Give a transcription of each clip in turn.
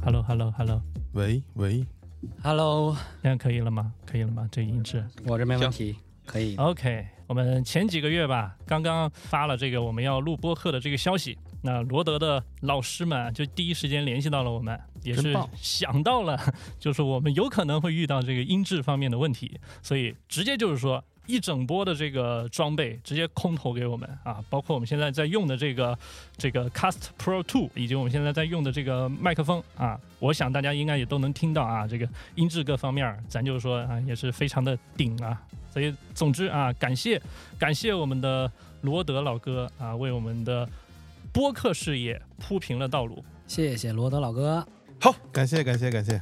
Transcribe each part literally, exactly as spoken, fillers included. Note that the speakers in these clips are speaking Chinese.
Hello Hello Hello， 喂喂 Hello， 现在可以了吗？可以了吗？这音质我这没问题，可以。 OK， 我们前几个月吧，刚刚发了这个我们要录播客的这个消息，那罗德的老师们就第一时间联系到了我们，也是想到了，就是我们有可能会遇到这个音质方面的问题，所以直接就是说。一整波的这个装备直接空投给我们啊，包括我们现在在用的这个这个 Cast Pro 二，以及我们现在在用的这个麦克风啊，我想大家应该也都能听到啊，这个音质各方面，咱就是说啊，也是非常的顶啊。所以总之啊，感谢感谢我们的罗德老哥啊，为我们的播客事业铺平了道路。 谢谢罗德老哥。 好，感谢感谢感谢。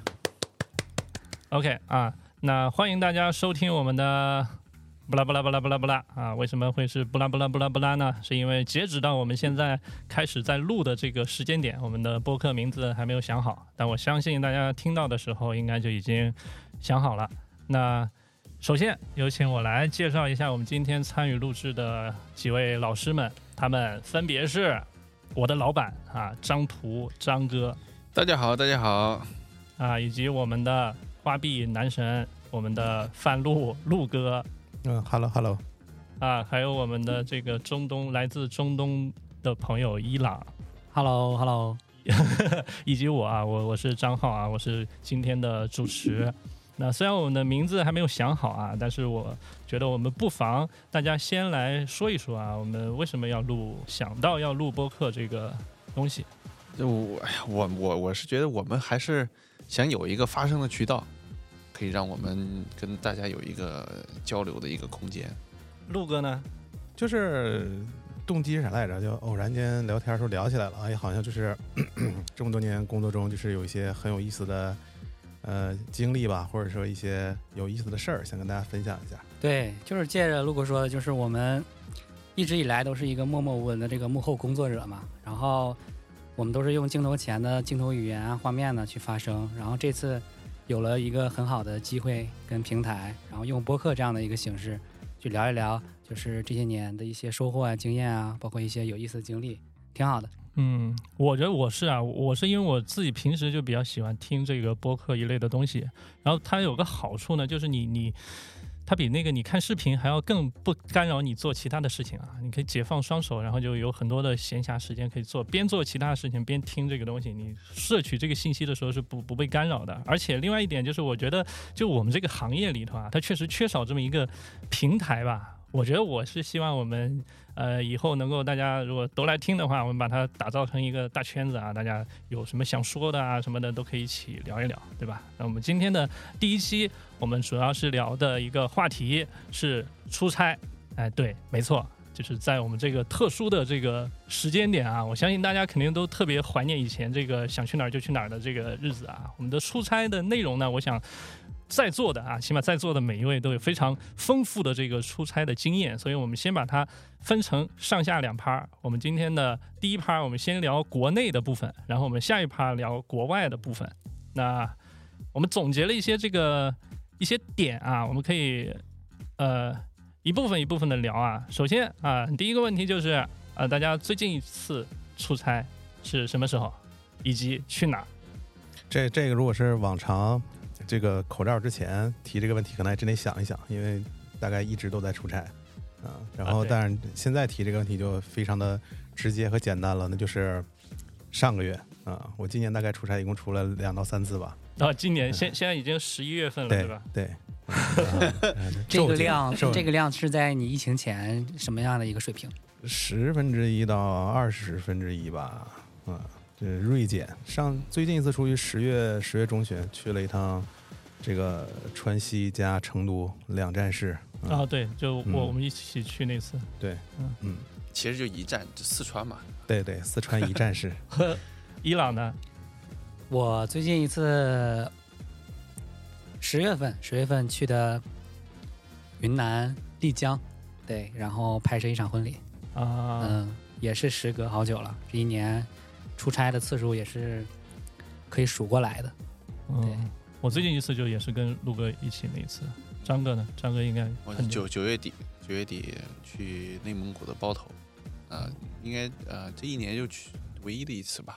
OK 啊，那欢迎大家收听我们的。不拉不拉不拉不拉不拉啊！为什么会是不拉不拉不拉不拉呢？是因为截止到我们现在开始在录的这个时间点，我们的播客名字还没有想好，但我相信大家听到的时候应该就已经想好了。那首先有请我来介绍一下我们今天参与录制的几位老师们，他们分别是我的老板啊张图张哥， 大家好，大家好啊，以及我们的花臂男神我们的范路路哥。 嗯 ，Hello Hello， 啊，还有我们的这个中东来自中东的朋友伊朗 ，Hello Hello， 以及我啊，我我是张浩啊，我是今天的主持。那虽然我们的名字还没有想好啊，但是我觉得我们不妨大家先来说一说啊，我们为什么要录，想到要录播客这个东西。 我哎呀，我我我是觉得我们还是想有一个发声的渠道。可以让我们跟大家有一个交流的一个空间。 陆哥呢， 就是动机是啥来着？就偶然间聊天的时候聊起来了，哎，好像就是咳咳这么多年工作中，就是有一些很有意思的呃经历吧，或者说一些有意思的事儿，想跟大家分享一下。 对，就是借着陆哥说的，就是我们一直以来都是一个默默无闻的这个幕后工作者嘛，然后我们都是用镜头前的镜头语言啊、画面呢去发声，然后这次。有了一个很好的机会跟平台，然后用播客这样的一个形式去聊一聊，就是这些年的一些收获啊、经验啊，包括一些有意思的经历，挺好的。 嗯，我觉得我是啊，我是因为我自己平时就比较喜欢听这个播客一类的东西，然后它有个好处呢，就是你你。它比那个你看视频还要更不干扰你做其他的事情啊！你可以解放双手，然后就有很多的闲暇时间可以做，边做其他的事情边听这个东西。你摄取这个信息的时候是不不被干扰的。而且另外一点就是，我觉得就我们这个行业里头啊，它确实缺少这么一个平台吧。我觉得我是希望我们呃以后能够大家如果都来听的话，我们把它打造成一个大圈子啊，大家有什么想说的啊什么的都可以一起聊一聊，对吧？那我们今天的第一期，我们主要是聊的一个话题是出差，哎，对，没错。就是在我们这个特殊的这个时间点啊，我相信大家肯定都特别怀念以前这个想去哪儿就去哪儿的这个日子啊。我们的出差的内容呢，我想在座的啊，起码在座的每一位都有非常丰富的这个出差的经验，所以我们先把它分成上下两趴。我们今天的第一趴，我们先聊国内的部分，然后我们下一趴聊国外的部分。那我们总结了一些这个一些点啊，我们可以呃一部分一部分的聊啊。首先啊，第一个问题就是啊、呃，大家最近一次出差是什么时候，以及去哪儿？ 这这个如果是往常。这个口罩之前提这个问题，可能还真得想一想，因为大概一直都在出差啊。然后，但是现在提这个问题就非常的直接和简单了，那就是上个月啊，我今年大概出差一共出了两到三次吧。 啊，今年现现在已经十一月份了，对吧？ 对。 这个量，这个量是在你疫情前什么样的一个水平？ 十分之一到二十分之一吧，啊。这锐减，上最近一次出去十月十月中旬去了一趟，这个川西加成都两站式、 嗯、啊，对，就我、嗯、我们一起去那次， 对，嗯嗯， 其实就一站，就四川嘛， 对对，四川一站式。 和伊朗呢？ 我最近一次十月份，十月份去的云南丽江，对，然后拍摄一场婚礼啊， 嗯，也是时隔好久了，这一年。出差的次数也是可以数过来的。对、 嗯，我最近一次就也是跟陆哥一起那一次。张哥呢？张哥应该我九九月底，九月底去内蒙古的包头，呃，应该呃这一年就去唯一的一次吧。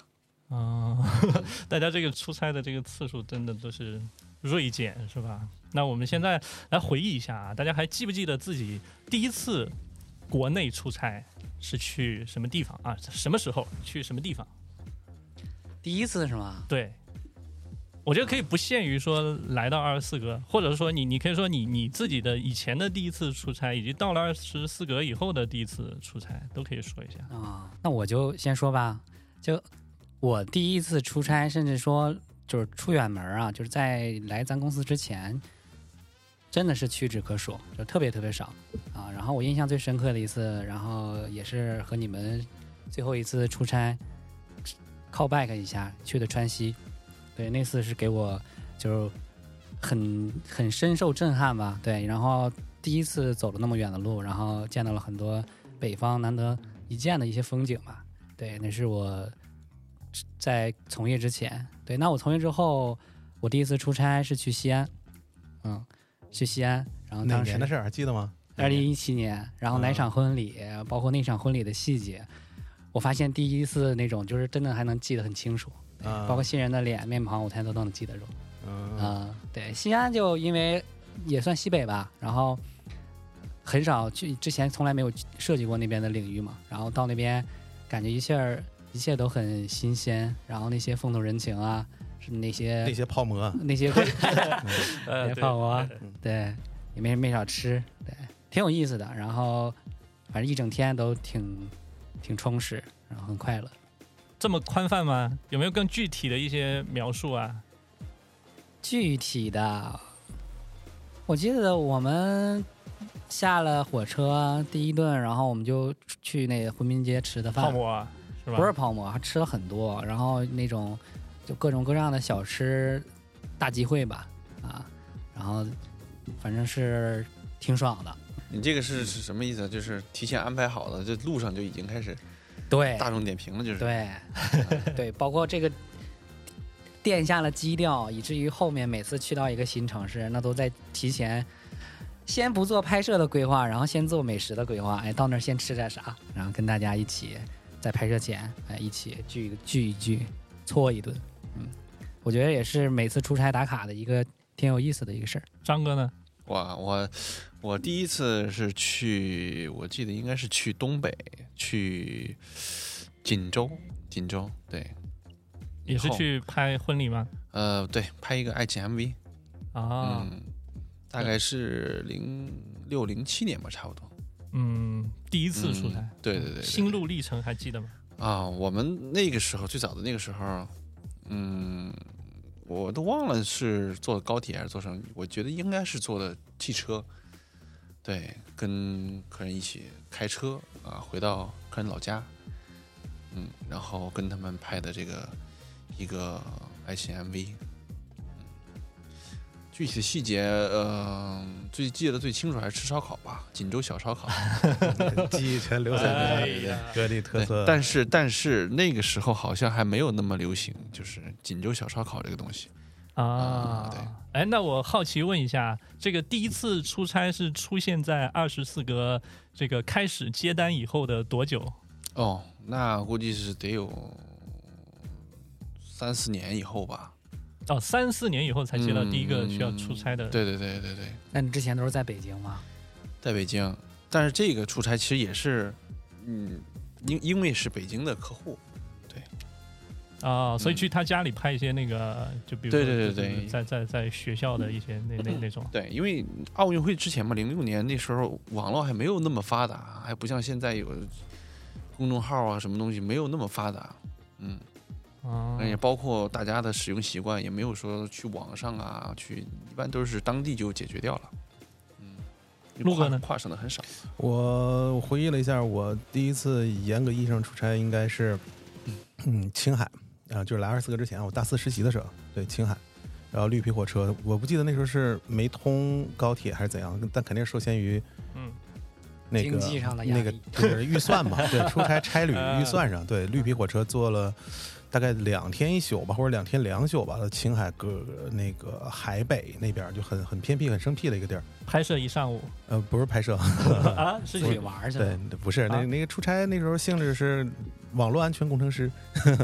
啊、大家这个出差的这个次数真的都是锐减，是吧？那我们现在来回忆一下啊，大家还记不记得自己第一次国内出差是去什么地方啊？什么时候去什么地方？ 第一次是吗？ 对，我觉得可以不限于说来到二十四格，或者说你你可以说你你自己的以前的第一次出差，以及到了二十四格以后的第一次出差，都可以说一下啊。那我就先说吧，就我第一次出差，甚至说就是出远门啊，就是在来咱公司之前，真的是屈指可数，就特别特别少啊。然后我印象最深刻的一次，然后也是和你们最后一次出差 call back 一下去的川西。对，那次是给我就是很很深受震撼吧。对，然后第一次走了那么远的路，然后见到了很多北方难得一见的一些风景嘛。对，那是我在从业之前。对，那我从业之后，我第一次出差是去西安，嗯，去西安，然后当时哪年的事儿记得吗？ 二零一七年，然后哪场婚礼，嗯、包括那场婚礼的细节，我发现第一次那种就是真的还能记得很清楚。 啊， 包括新人的脸、面庞，我现在都能记得住。 嗯、 呃，对，西安就因为也算西北吧，然后很少去，之前从来没有涉及过那边的领域嘛，然后到那边感觉一切一切都很新鲜，然后那些风土人情啊，是那些那些泡馍， 那些呃那些泡馍， 对对对，也没没少吃，对，挺有意思的。然后反正一整天都挺挺充实，然后很快乐。 这么宽泛吗？有没有更具体的一些描述啊？ 具体的，我记得我们下了火车第一顿，然后我们就去那个回民街吃的饭。 泡馍啊，是吧？ 不是泡馍，还吃了很多，然后那种就各种各样的小吃大集会吧，啊，然后反正是挺爽的。 你这个是是什么意思？就是提前安排好的，这路上就已经开始对大众点评了，就是对对，包括这个垫下了基调，以至于后面每次去到一个新城市，那都在提前先不做拍摄的规划，然后先做美食的规划。哎，到那儿先吃点啥，然后跟大家一起在拍摄前，哎，一起聚聚一聚，搓一顿。嗯，我觉得也是每次出差打卡的一个挺有意思的一个事儿。 张哥呢？ 哇，我我第一次是去，我记得应该是去东北，去锦州，锦州，对， 也是去拍婚礼吗？ 呃，对，拍一个爱情 M V 啊， 嗯，大概是零六零七年吧，差不多。 嗯，第一次出差， 嗯、对, 对, 对对对， 心路历程还记得吗？ 啊，我们那个时候最早的那个时候，嗯。我都忘了是坐高铁还是坐什么，我觉得应该是坐的汽车，对，跟客人一起开车啊，回到客人老家，嗯，然后跟他们拍的这个一个爱情 M V， 嗯，具体的细节，呃，最记得最清楚还是吃烧烤吧，锦州小烧烤， 记忆全留在了各地特色。 但是但是那个时候好像还没有那么流行，就是锦州小烧烤这个东西啊。 嗯、对， 哎，那我好奇问一下，这个第一次出差是出现在二十四格这个开始接单以后的多久？ 哦，那估计是得有三四年以后吧。 哦，三四年以后才接到第一个需要出差的。 嗯、对对对对对。 那你之前都是在北京吗？ 在北京，但是这个出差其实也是，嗯，因因为是北京的客户，对。 啊、哦，所以去他家里拍一些那个，嗯、就比如说， 对对对对， 在在在学校的一些那那那种。 对，因为奥运会之前嘛，零六年那时候网络还没有那么发达，还不像现在有公众号啊什么东西，没有那么发达，嗯。 啊， 也包括大家的使用习惯，也没有说去网上啊，去一般都是当地就解决掉了。嗯， 陆哥呢？ 跨省的很少。 我我回忆了一下，我第一次严格意义上出差应该是，嗯，青海啊、呃，就是来二十四个之前，我大四实习的时候，对，青海，然后绿皮火车，我不记得那时候是没通高铁还是怎样，但肯定是受限于， 嗯。 那个经济上的压力， 那个就是预算嘛，对，出差差旅预算上，对，绿皮火车坐了大概两天一宿吧，或者两天两宿吧，青海搁那个海北那边就很很偏僻、很生僻的一个地儿。 拍摄一上午？ 呃，不是拍摄啊，是去玩去了。 对，不是那那个出差那时候性质是网络安全工程师，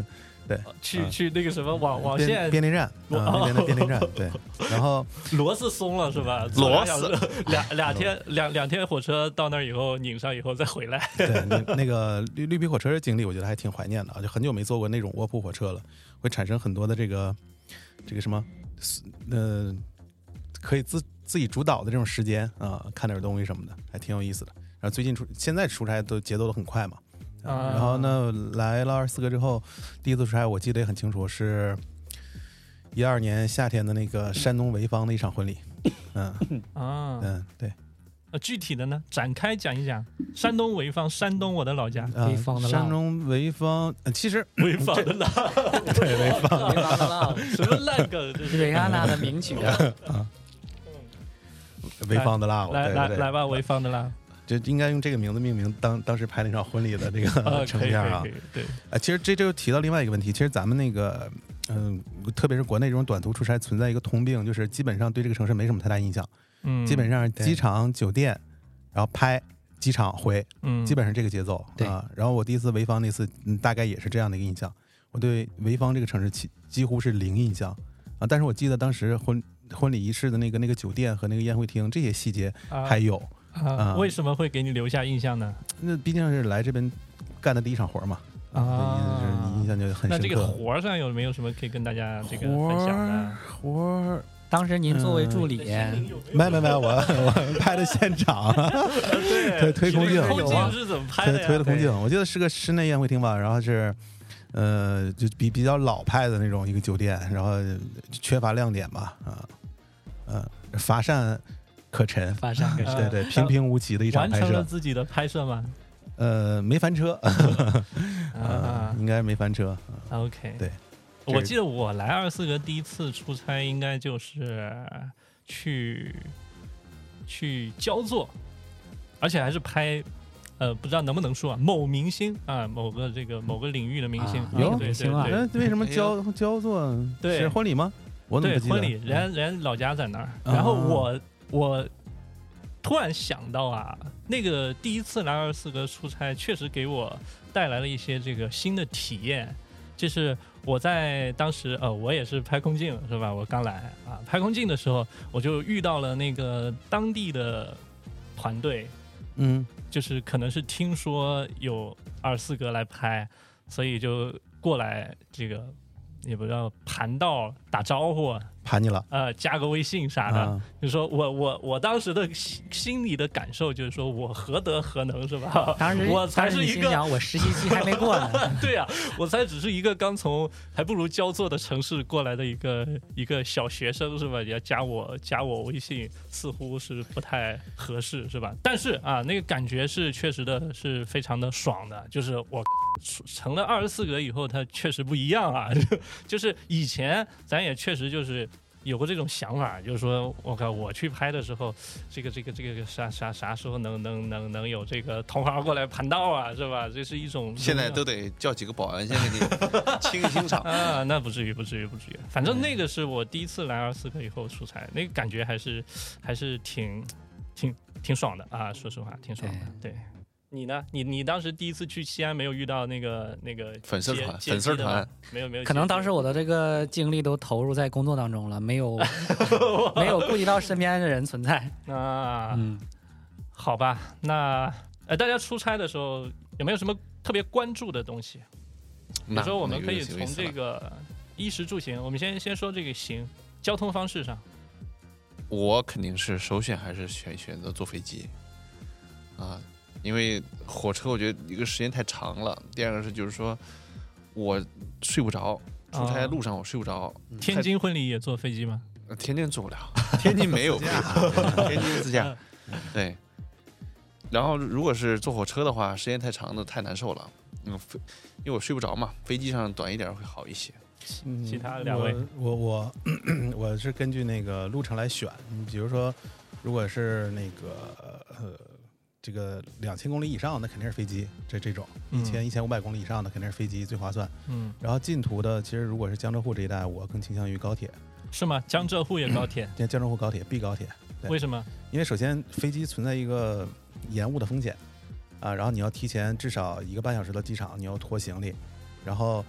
对， 去、 嗯、 去那个什么网网便线便利站啊，那边的便利站，对，然后螺丝松了是吧？ 螺丝两两天两两天火车到那儿以后拧上以后再回来。 对，那那个绿绿皮火车的经历，我觉得还挺怀念的啊，就很久没坐过那种卧铺火车了，会产生很多的这个这个什么，呃，可以自自己主导的这种时间啊，看点东西什么的，还挺有意思的。然后最近出现在出差都节奏都很快嘛。啊、然后呢，来了二十四个之后，第一次出差我记得也很清楚，是一二年夏天的那个山东潍坊的一场婚礼。嗯啊， 嗯，对。 呃，具体的呢，展开讲一讲。山东潍坊，山东我的老家。 呃、 潍坊的山东潍坊，呃、其实潍坊的辣， 对，潍坊潍坊的辣， 什么烂梗？这是瑞安娜的名曲啊。 啊，潍坊的辣， 来对对来来吧，潍坊的辣。 就应该用这个名字命名当当时拍那场婚礼的这个呃成片啊。 对， 啊，其实这就提到另外一个问题，其实咱们那个，嗯、呃，特别是国内这种短途出差存在一个通病，就是基本上对这个城市没什么太大印象。 嗯， 基本上机场、酒店，然后拍机场回， 嗯， 基本上这个节奏。 对啊。然后我第一次潍坊那次，嗯，大概也是这样的一个印象。我对潍坊这个城市几几乎是零印象啊，但是我记得当时婚婚礼仪式的那个那个酒店和那个宴会厅这些细节还有。 啊啊，为什么会给你留下印象呢？ 那毕竟是来这边干的第一场活嘛， 啊， 就是印象就很深刻。 那这个活上有没有什么可以跟大家这个分享的？ 活， 当时您作为助理， 没没没，我我拍的现场， 对， 推推空镜， 空镜是怎么拍的呀？ 推的空镜，我记得是个室内宴会厅吧，然后是，呃，就比比较老派的那种一个酒店，然后缺乏亮点吧，啊，呃，乏善可陈， 乏善可陈， 对对，平平无奇的一场拍摄。 完成了自己的拍摄吗？ 呃，没翻车， 啊， 应该没翻车。 OK， 对， 我记得我来二四格第一次出差，应该就是去去焦作，而且还是拍。呃，不知道能不能说啊，某明星啊，某个这个某个领域的明星， 有、 啊、明星啊， 那为什么焦焦作？ 对， 是婚礼吗？我怎么对不记得？ 婚礼，人家人家老家在那儿，然后我、啊、我突然想到啊，那个第一次来二十四格出差，确实给我带来了一些这个新的体验，就是我在当时呃，我也是拍空镜是吧？我刚来啊，拍空镜的时候，我就遇到了那个当地的团队。 嗯， 就是可能是听说有二十四格来拍，所以就过来这个也不知道盘道打招呼， 盘你了， 呃，加个微信啥的， 啊、 就说我我我当时的心里的感受就是说我何德何能是吧？ 当时我才是一个， 我实习期还没过呢。 对呀、啊，我才只是一个刚从还不如焦作的城市过来的一个一个小学生是吧？你要加我加我微信，似乎是不太合适是吧？但是啊，那个感觉是确实的是非常的爽的，就是我成了二十四格以后，它确实不一样啊。就是以前咱也确实就是有过这种想法，就是说我靠，我去拍的时候，这个这个这个啥啥啥时候能能能能有这个同行过来盘道啊，是吧？这是一种现在都得叫几个保安先给你清一清场啊，那不至于不至于不至于，反正那个是我第一次来二十四格以后出差，那个感觉还是还是挺挺挺爽的啊，说实话挺爽的，对。对你呢？你你当时第一次去西安没有遇到那个那个粉丝团？粉丝团没有没有。 可能当时我的这个精力都投入在工作当中了，没有没有顾及到身边的人存在。 啊， 嗯， 好吧，那呃，大家出差的时候有没有什么特别关注的东西？比如说，我们可以从这个衣食住行，我们先先说这个行交通方式上。 我肯定是首选还是选选择坐飞机啊。因为火车我觉得一个时间太长了，第二个是就是说我睡不着，出差路上我睡不着。 哦、天津婚礼也坐飞机吗？ 天津坐不了，天津没有飞机，天津自驾。对。然后如果是坐火车的话，时间太长的太难受了，嗯，因为我睡不着嘛，飞机上短一点会好一些。 其他两位， 我我我我是根据那个路程来选，比如说如果是那个呃。这个两千公里以上的肯定是飞机，这这种一千一千五百公里以上的肯定是飞机最划算。 嗯， 然后近途的，其实如果是江浙沪这一带，我更倾向于高铁。 是吗？江浙沪也高铁？ 嗯、江浙沪高铁必高铁。 为什么？ 因为首先飞机存在一个延误的风险啊，然后你要提前至少一个半小时到机场，你要拖行李，然后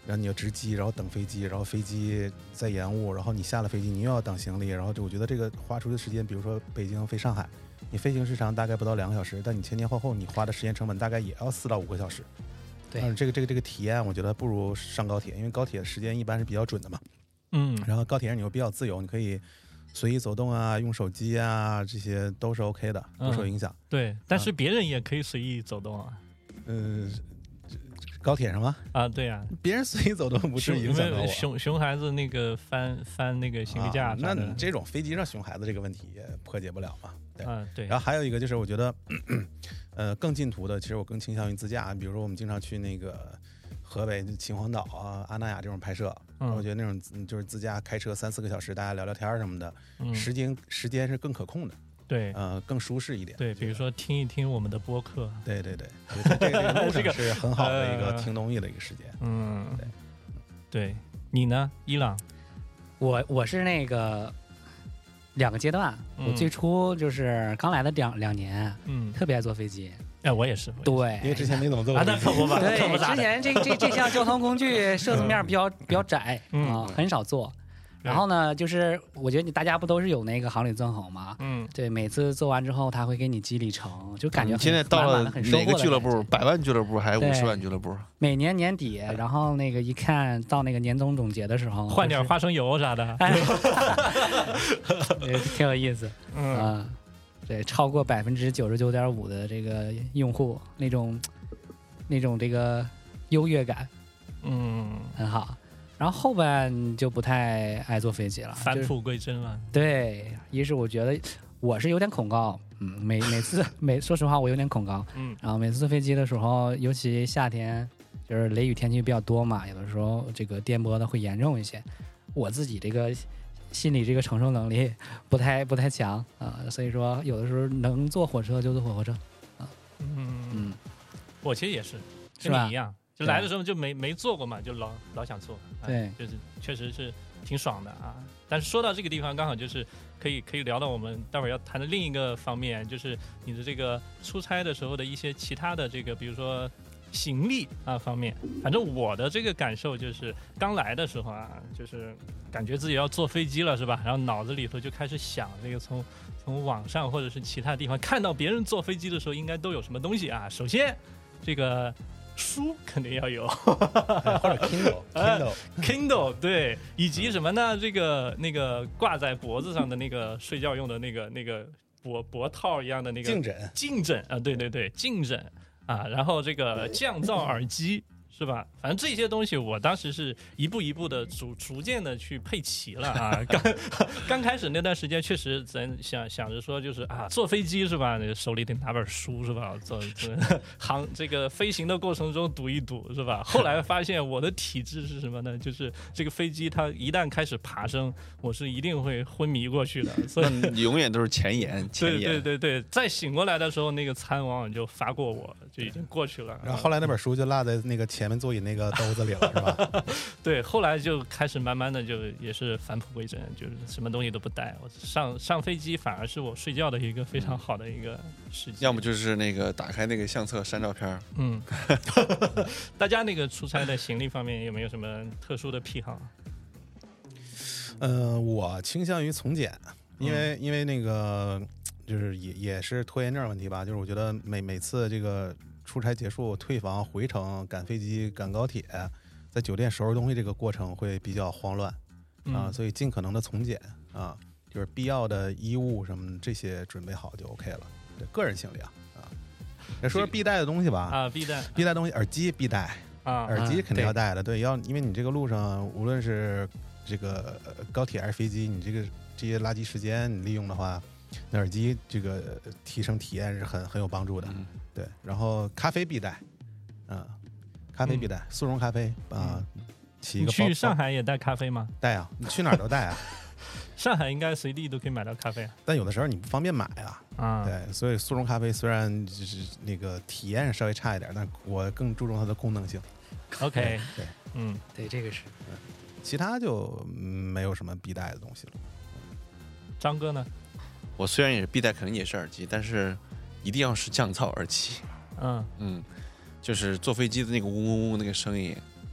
然后你要值机，然后等飞机，然后飞机再延误，然后你下了飞机你又要等行李，然后就我觉得这个花出的时间，比如说北京飞上海，你飞行时长大概不到两个小时，但你前前后后你花的时间成本大概也要四到五个小时。 对， 但是这个这个这个体验，我觉得不如上高铁，因为高铁时间一般是比较准的嘛。 嗯， 然后高铁上你又比较自由，你可以随意走动啊，用手机啊，这些都是 OK 的，不受影响。 嗯、对，但是别人也可以随意走动啊。 嗯、呃，高铁上吗？ 啊，对呀、啊， 别人随意走动不是影响到我。 熊熊孩子那个翻翻那个行李架、啊， 那你这种飞机上熊孩子这个问题也破解不了嘛？对， 啊对。 然后还有一个就是我觉得，呃，更近途的，其实我更倾向于自驾。比如说我们经常去那个河北秦皇岛啊、阿那亚这种拍摄，嗯、我觉得那种就是自驾开车三四个小时，大家聊聊天什么的，嗯、时间时间是更可控的。 对， 呃，更舒适一点。 对，比如说听一听我们的播客。 对对对，这个这个路上是很好的一个听东西的一个时间。 嗯， 对， 对，你呢，伊朗？ 我我是那个两个阶段，嗯、我最初就是刚来的两两年，嗯，特别爱坐飞机。 哎，我也是， 对， 因为之前没怎么坐过。 啊，那可不吧？ 对，之前这这这项交通工具涉足面比较比较窄啊，很少坐。然后呢，就是我觉得你大家不都是有那个航旅纵横吗？嗯，对，每次做完之后他会给你积里程，就感觉现在到了哪个俱乐部？百万俱乐部还是五十万俱乐部？ 每年年底，然后那个一看到那个年终总结的时候， 换点花生油啥的， 哎、挺有意思。嗯、啊，对，超过百分之九十九点五的这个用户那种那种这个优越感， 嗯， 很好。然后后半就不太爱坐飞机了， 返璞归真了。 对，一是我觉得我是有点恐高，嗯，每每次每说实话我有点恐高，嗯，然后每次坐飞机的时候，尤其夏天就是雷雨天气比较多嘛，有的时候这个颠簸的会严重一些，我自己这个心理这个承受能力不太不太强啊、呃，所以说有的时候能坐火车就坐火车，啊， 嗯嗯，我其实也是跟你一样。就来的时候就没没坐过嘛，就老老想坐， 对、 哎，就是确实是挺爽的啊。但是说到这个地方，刚好就是可以可以聊到我们待会儿要谈的另一个方面，就是你的这个出差的时候的一些其他的这个，比如说行李啊方面。反正我的这个感受就是刚来的时候啊，就是感觉自己要坐飞机了，是吧？然后脑子里头就开始想这个从从网上或者是其他地方看到别人坐飞机的时候应该都有什么东西啊。首先这个。书肯定要有， 或者 Kindle，Kindle，Kindle， Kindle 对，以及什么呢？这个那个挂在脖子上的那个睡觉用的那个那个脖脖套一样的那个颈枕， 颈枕啊，对对对，颈枕啊，然后这个降噪耳机。是吧？反正这些东西我当时是一步一步的逐逐渐的去配齐了啊。刚刚开始那段时间，确实咱想想着说，就是啊，坐飞机是吧？手里得拿本书是吧？坐坐航这个飞行的过程中读一读是吧？后来发现我的体质是什么呢？就是这个飞机它一旦开始爬升，我是一定会昏迷过去的。所以你永远都是前沿，前沿。 对对对对，再醒过来的时候，那个餐往往就发过我，就已经过去了。 然后后来那本书就落在那个前面座椅那个兜子里了，是吧？ 对，后来就开始慢慢的就也是返璞归真，就是什么东西都不带。我上上飞机反而是我睡觉的一个非常好的一个时机。 要么就是那个打开那个相册删照片。 嗯，大家那个出差的行李方面有没有什么特殊的癖好？ 呃，我倾向于从简，因为、嗯、因为那个就是也也是拖延症问题吧，就是我觉得每每次这个。出差结束，退房回程，赶飞机，赶高铁，在酒店收拾东西这个过程会比较慌乱、嗯、啊，所以尽可能的从简啊，就是必要的衣物什么这些准备好就 OK 了。对，个人行李啊啊，说说必带的东西吧啊，必带必带东西，耳机必带啊， 耳机肯定要带的，对，要因为你这个路上无论是这个高铁还是飞机，你这个这些垃圾时间你利用的话，那耳机这个提升体验是很很有帮助的。嗯对，然后咖啡必带，嗯，咖啡必带，嗯、速溶咖啡啊、呃，起一个包。 你去上海也带咖啡吗？ 带啊，你去哪儿都带啊。 上海应该随地都可以买到咖啡啊， 但有的时候你不方便买啊。 啊， 对，所以速溶咖啡虽然就是那个体验稍微差一点，但我更注重它的功能性。 OK， 对， 嗯，对，这个是， 嗯，其他就没有什么必带的东西了。 张哥呢？ 我虽然也是必带，肯定也是耳机，但是。一定要是降噪耳机， 嗯嗯，就是坐飞机的那个嗡嗡嗡那个声音，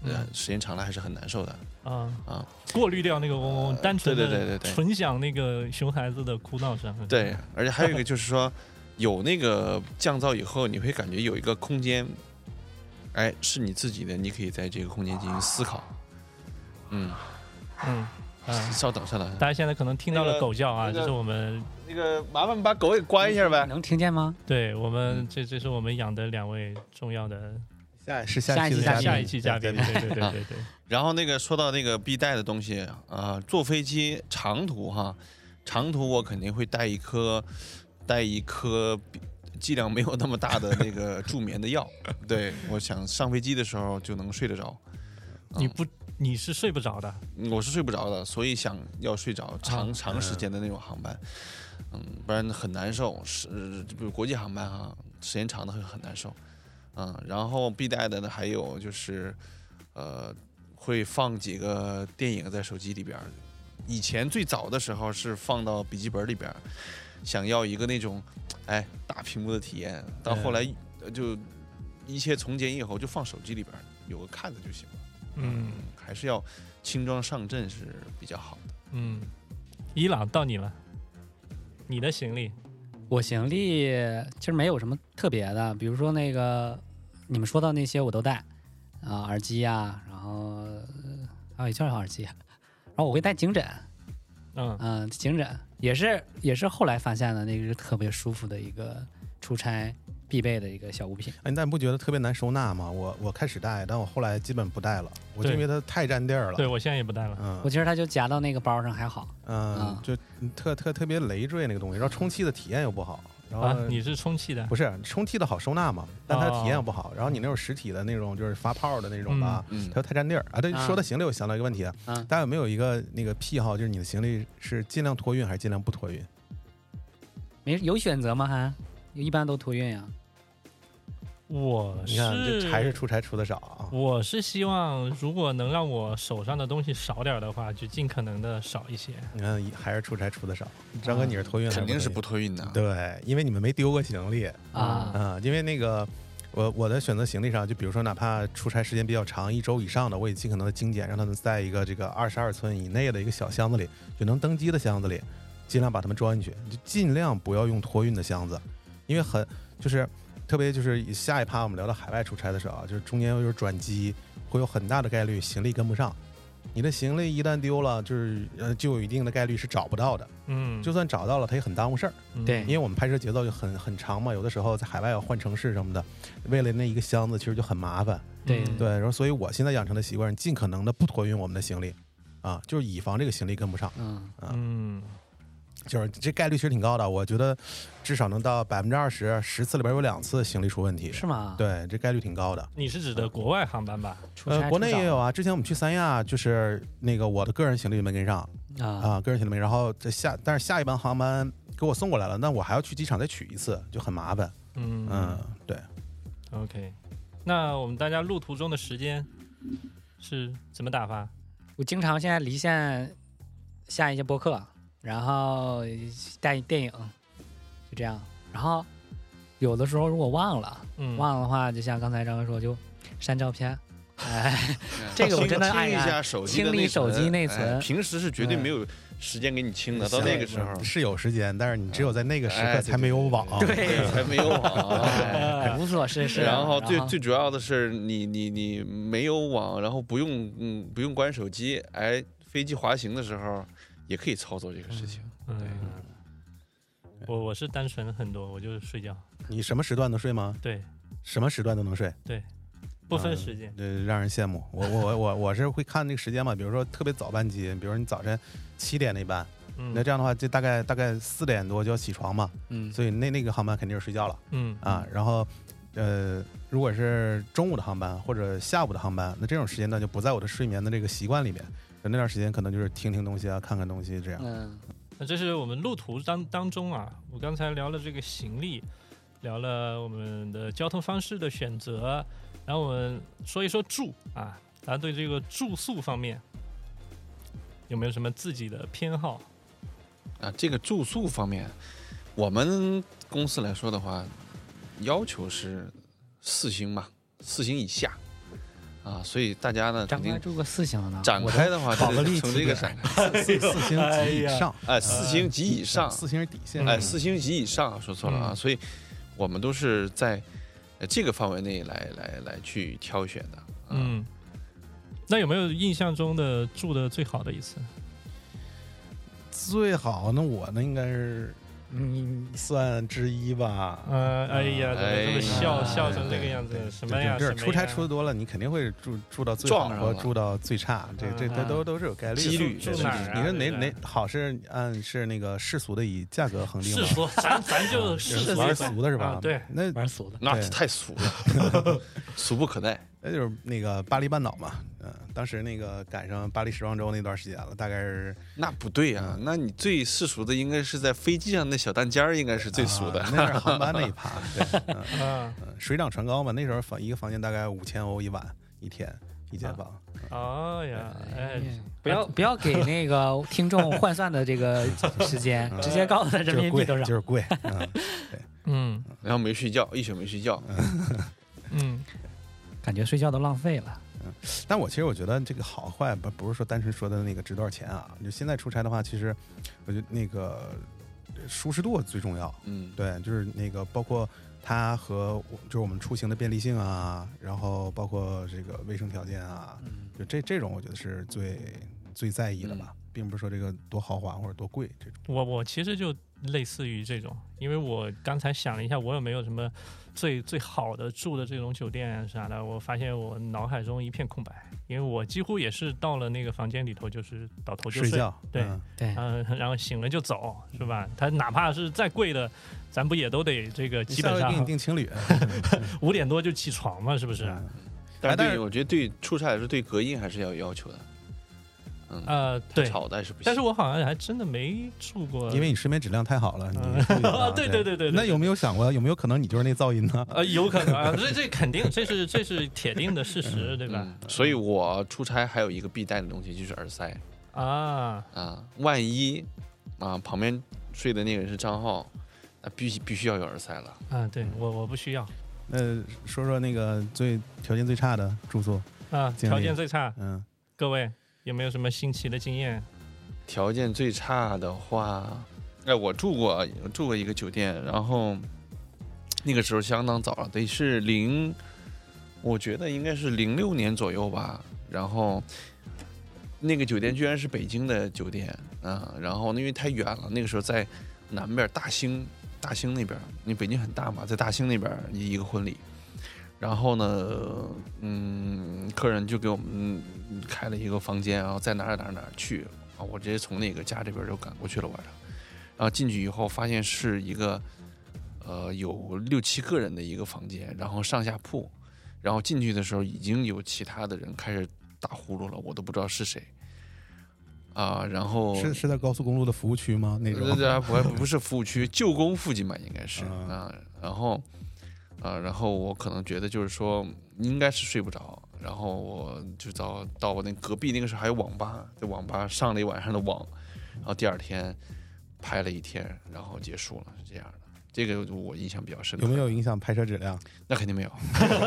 呃，时间长了还是很难受的啊啊。 过滤掉那个嗡嗡，呃、单纯的对对对对对， 纯享那个熊孩子的哭闹声。 对，而且还有一个就是说，有那个降噪以后，你会感觉有一个空间，哎，是你自己的，你可以在这个空间进行思考。嗯嗯。 嗯，稍等稍等， 大家现在可能听到了狗叫啊，这、那个、是我们那个麻烦把狗给关一下呗， 能听见吗？ 对我们这这是我们养的两位重要的下是下一期下下一期嘉宾，对对对对对对。 然后那个说到那个必带的东西啊、呃，坐飞机长途哈，长途我肯定会带一颗带一颗剂量没有那么大的那个助眠的药，对，我想上飞机的时候就能睡得着。 嗯、你不。你是睡不着的， 我是睡不着的，所以想要睡着长、啊、长时间的那种航班，嗯，不然很难受。是，比如国际航班哈，时间长的会很难受，嗯，然后必带的呢还有就是，呃，会放几个电影在手机里边。以前最早的时候是放到笔记本里边，想要一个那种，哎，大屏幕的体验。到后来就一切从简以后，就放手机里边，有个看着就行了。嗯，还是要轻装上阵是比较好的。 嗯，伊朗到你了，你的行李， 我行李其实没有什么特别的，比如说那个你们说到那些我都带啊，耳机啊，然后还有一件耳机，然后我会带颈枕， 嗯嗯、呃，颈枕也是也是后来发现的那个是特别舒服的一个出差必备的一个小物品。 哎，但你不觉得特别难收纳吗？我我开始带，但我后来基本不带了，我就因为它太占地儿了。 对，我现在也不带了。 嗯， 我觉得它就夹到那个包上还好。 嗯，嗯就特特特别累赘那个东西，然后充气的体验又不好。然后、 啊、你是充气的？ 不是，充气的好收纳嘛，但它的体验又不好。哦、然后你那种实体的那种就是发泡的那种吧，嗯、它又太占地儿啊。对，说到行李，我想到一个问题啊，嗯、大家有没有一个那个癖好，就是你的行李是尽量托运还是尽量不托运？ 没有选择吗？还一般都托运呀。 我是你看，这还是出差出的少啊。 我是希望，如果能让我手上的东西少点的话，就尽可能的少一些。 你看，还是出差出的少。张哥，你是托运还是不托运？ 肯定是不托运的。 对，因为你们没丢过行李啊啊。因为那个，我我的选择行李上，就比如说，哪怕出差时间比较长，一周以上的，我也尽可能的精简，让他们在一个这个二十二寸以内的一个小箱子里，就能登机的箱子里，尽量把它们装进去，就尽量不要用托运的箱子，因为很就是。特别就是下一趴我们聊到海外出差的时候啊，就是中间有转机，会有很大的概率行李跟不上。你的行李一旦丢了，就是呃就有一定的概率是找不到的。 嗯， 就算找到了，它也很耽误事儿。 对， 因为我们拍摄节奏就很很长嘛，有的时候在海外要换城市什么的，为了那一个箱子其实就很麻烦。 对对，然后所以我现在养成的习惯，尽可能的不托运我们的行李，啊，就是以防这个行李跟不上。 嗯嗯。就是这概率其实挺高的，我觉得至少能到百分之二十，十次里边有两次行李出问题。 是吗？ 对，这概率挺高的。 你是指的国外航班吧？ 呃，国内也有啊。之前我们去三亚，就是那个我的个人行李没跟上啊，啊，个人行李没，然后这下，但是下一班航班给我送过来了，那我还要去机场再取一次，就很麻烦。 嗯嗯，对。 OK， 那我们大家路途中的时间是怎么打发？ 我经常现在离线下一些播客。然后带电影，就这样。然后有的时候如果忘了， 嗯、 忘了的话，就像刚才张哥说，就删照片。哎，这个我真的清一下手机清理手机内存、 哎。平时是绝对没有时间给你清的，到那个时候是有时间，但是你只有在那个时刻才没有网， 哎、对, 对, 对，才没有网， 哎、无所事事。 然后最最主要的是，你你你没有网，然后不用嗯不用关手机，哎，飞机滑行的时候。也可以操作这个事情。 嗯，对，我我是单纯很多，我就睡觉。 你什么时段都睡吗？ 对， 什么时段都能睡。 对，不分时间。 对、嗯，让人羡慕。我我我我我是会看那个时间嘛，比如说特别早班机，比如说你早晨七点那班， 嗯、 那这样的话就大概大概四点多就要起床嘛。 嗯， 所以那那个航班肯定是睡觉了。 嗯啊，然后呃，如果是中午的航班或者下午的航班，那这种时间段就不在我的睡眠的这个习惯里面。那段时间可能就是听听东西啊，看看东西这样。 嗯， 那这是我们路途当当中啊，我刚才聊了这个行李，聊了我们的交通方式的选择，然后我们说一说住啊，大家对这个住宿方面有没有什么自己的偏好啊？这个住宿方面，我们公司来说的话，要求是四星嘛，四星以下。 啊，所以大家呢肯定住个四星呢， 展开的话就得从这个展开，四四星级以上， 哎，四星级以上， 四星是底线， 哎，四星级以上，说错了啊，所以我们都是在这个范围内来来来去挑选的。 嗯，那有没有印象中的住的最好的一次？ 最好那我呢应该是。嗯，算之一吧。 呃，哎呀，怎么这么笑、 哎、 笑成这个样子？什么呀？ 这出差出的多了，你肯定会住住到最好和住到最差，这这这都都是有概率的。 几率住哪儿、啊？ 你说哪哪好是按是那个世俗的以价格恒定吗？ 世俗，咱咱就世玩俗的是吧？ 啊、对， 那玩俗的， 那太俗了，俗不可耐。 那就是那个巴黎半岛嘛，嗯、呃，当时那个赶上巴黎时装周那段时间了，大概是。 那不对啊，嗯、那你最世俗的应该是在飞机上那小单间儿，应该是最俗的。 啊、那是航班那一趴，对，嗯、呃呃，水涨船高嘛，那时候房一个房间大概五千欧一晚一天一间房。 哦呀，哎， 不要不要给那个听众换算的这个时间，直接告诉他人民币多少， 就是贵，嗯，对， 嗯， 然后没睡觉，一宿没睡觉， 嗯。 感觉睡觉都浪费了， 嗯，但我其实我觉得这个好坏不不是说单纯说的那个值多少钱啊，就现在出差的话，其实我觉得那个舒适度最重要， 嗯， 对，就是那个包括它和就是我们出行的便利性啊，然后包括这个卫生条件啊， 嗯， 就这这种我觉得是最最在意的吧，嗯、并不是说这个多豪华或者多贵这种。 我我其实就类似于这种，因为我刚才想了一下，我有没有什么最最好的住的这种酒店啥的，我发现我脑海中一片空白，因为我几乎也是到了那个房间里头就是倒头就睡， 睡觉， 对、 嗯、 对， 嗯、呃，然后醒了就走，是吧？他哪怕是再贵的，咱不也都得这个基本上给你订情侣， 五点多就起床嘛，是不是？ 嗯、 但是对，我觉得对出差来说，对隔音还是要有要求的。嗯呃，对， 吵的是不行。 但是我好像还真的没住过， 因为你睡眠质量太好了。你啊，对对对对。 那有没有想过，有没有可能你就是那噪音呢？ 呃，有可能啊，这这肯定，这是这是铁定的事实，对吧？ 嗯、所以我出差还有一个必带的东西就是耳塞啊啊，万一啊旁边睡的那个人是张浩，那必须必须要有耳塞了。 啊，对我我不需要。 那说说那个最条件最差的住宿啊，条件最差， 嗯， 各位。有没有什么新奇的经验？ 条件最差的话，哎，我住过住过一个酒店，然后那个时候相当早了，得是零，我觉得应该是零六年左右吧。然后那个酒店居然是北京的酒店啊，然后因为太远了，那个时候在南边大兴，大兴那边，因为北京很大嘛，在大兴那边一个婚礼。然后呢，嗯，客人就给我们开了一个房间，然后在哪儿哪儿哪儿去啊，我直接从那个家这边就赶过去了晚上，然后进去以后发现是一个呃有六七个人的一个房间，然后上下铺，然后进去的时候已经有其他的人开始打呼噜了，我都不知道是谁啊，然后是是在高速公路的服务区吗？那种不不是服务区，旧宫附近吧，应该是啊，然后。啊，然后我可能觉得就是说应该是睡不着，然后我就到到我那隔壁那个时候还有网吧，在网吧上了一晚上的网，然后第二天拍了一天，然后结束了，是这样的。这个我印象比较深。 有没有影响拍摄质量？ 那肯定没有。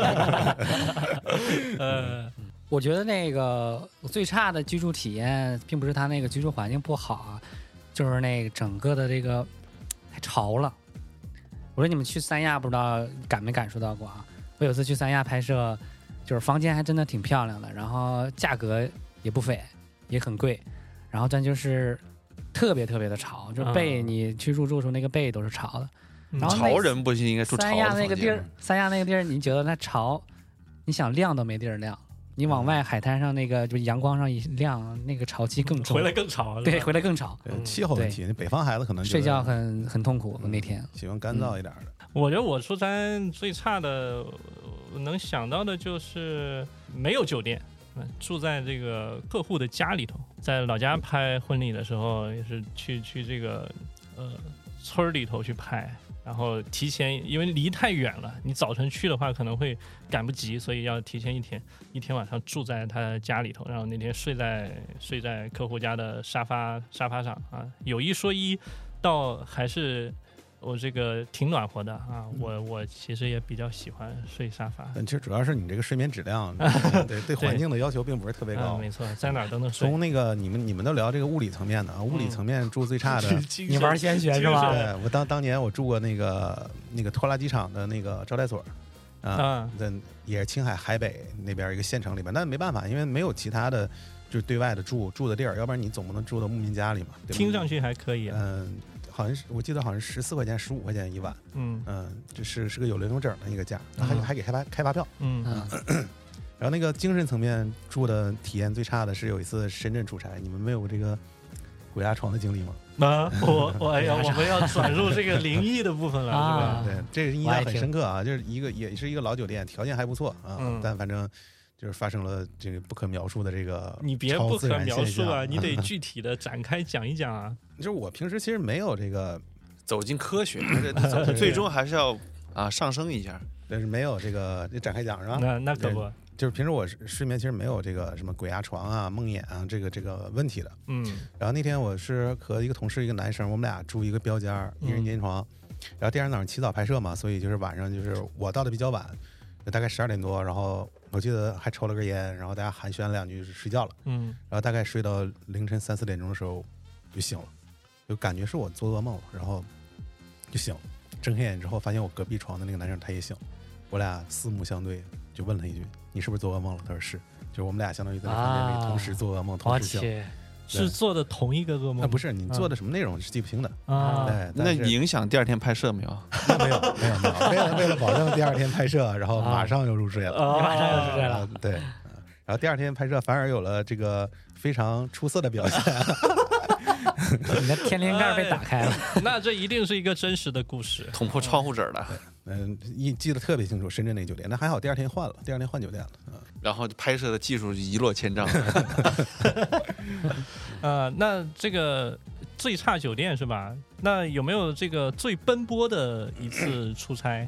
呃， 我觉得那个最差的居住体验，并不是它那个居住环境不好啊，就是那个整个的这个太潮了。我说你们去三亚不知道感没感受到过啊？我有次去三亚拍摄，就是房间还真的挺漂亮的，然后价格也不菲，也很贵，然后但就是特别特别的潮，就被你去入住的时候那个被都是潮的。 嗯、 然后潮人不行，应该住潮的三亚那个地儿，三亚那个地儿，你觉得它潮，你想亮都没地儿亮。你往外海滩上那个就阳光上一亮，那个潮气更重， 回来更潮， 对，回来更潮。 对，气候问题，北方孩子可能睡觉很很痛苦。那天喜欢干燥一点的。 我觉得我出差最差的，能想到的就是没有酒店，住在这个客户的家里头。在老家拍婚礼的时候，也是去去这个呃村里头去拍。然后提前，因为离太远了，你早晨去的话可能会赶不及，所以要提前一天，一天晚上住在他家里头，然后那天睡在睡在客户家的沙发沙发上啊。有一说一，倒还是我这个挺暖和的啊，我我其实也比较喜欢睡沙发。 但其实主要是你这个睡眠质量，对对环境的要求并不是特别高。 嗯、没错，在哪儿都能睡。 从那个你们你们都聊这个物理层面的啊，物理层面住最差的， 嗯、 你玩先学是吧？ 对，我当当年我住过那个那个拖拉机厂的那个招待所。啊，那也是青海海北那边一个县城里边，但没办法，因为没有其他的就是对外的住住的地儿，要不然你总不能住到牧民家里嘛。对吧？ 听上去还可以、啊， 嗯，好像是我记得好像是十四块钱、十五块钱一晚， 嗯嗯，这是是个有轮流整的一个价，还、嗯、还给开发开发票， 嗯嗯。然后那个精神层面住的体验最差的是有一次深圳出差，你们没有这个鬼压床的经历吗？ 啊，我我哎呀，我们要转入这个灵异的部分了，是吧？ 对，这个印象很深刻啊，就是一个也是一个老酒店，条件还不错啊，嗯、但反正就是发生了这个不可描述的这个你别不可描述啊，你得具体的展开讲一讲啊。 就是我平时其实没有这个走进科学，还是最终还是要啊上升一下， 但是没有这个这展开讲是吧？ 那那可不。 就是平时我睡眠其实没有这个什么鬼压床啊、梦魇啊这个这个问题的， 嗯。 然后那天我是和一个同事，一个男生，我们俩住一个标间，一人间床。嗯、然后第二天早上起早拍摄嘛，所以就是晚上就是我到的比较晚，大概十二点多，然后我记得还抽了根烟，然后大家寒暄两句就睡觉了， 嗯。 然后大概睡到凌晨三四点钟的时候就醒了，就感觉是我做噩梦了，然后就醒了，睁开眼之后发现我隔壁床的那个男生他也醒了，我俩四目相对。就问了一句：“你是不是做噩梦了？”他说是，就是我们俩相当于在房间里同时做噩梦，啊、同时醒， 是做的同一个噩梦。 啊、不是，你做的什么内容是记不清的啊？ 对， 那你影响第二天拍摄没有？ 那没有，没有，没有。为了为了保证第二天拍摄，然后马上又入睡了， 啊、马上又入睡了。 对，然后第二天拍摄反而有了这个非常出色的表现。 你的天灵盖被打开了， 哎、那这一定是一个真实的故事， 捅破窗户纸了。 嗯，一记得特别清楚，深圳那个酒店，那还好，第二天换了，第二天换酒店了，嗯、 然后拍摄的技术一落千丈。 呃，那这个最差酒店是吧？那有没有这个最奔波的一次出差？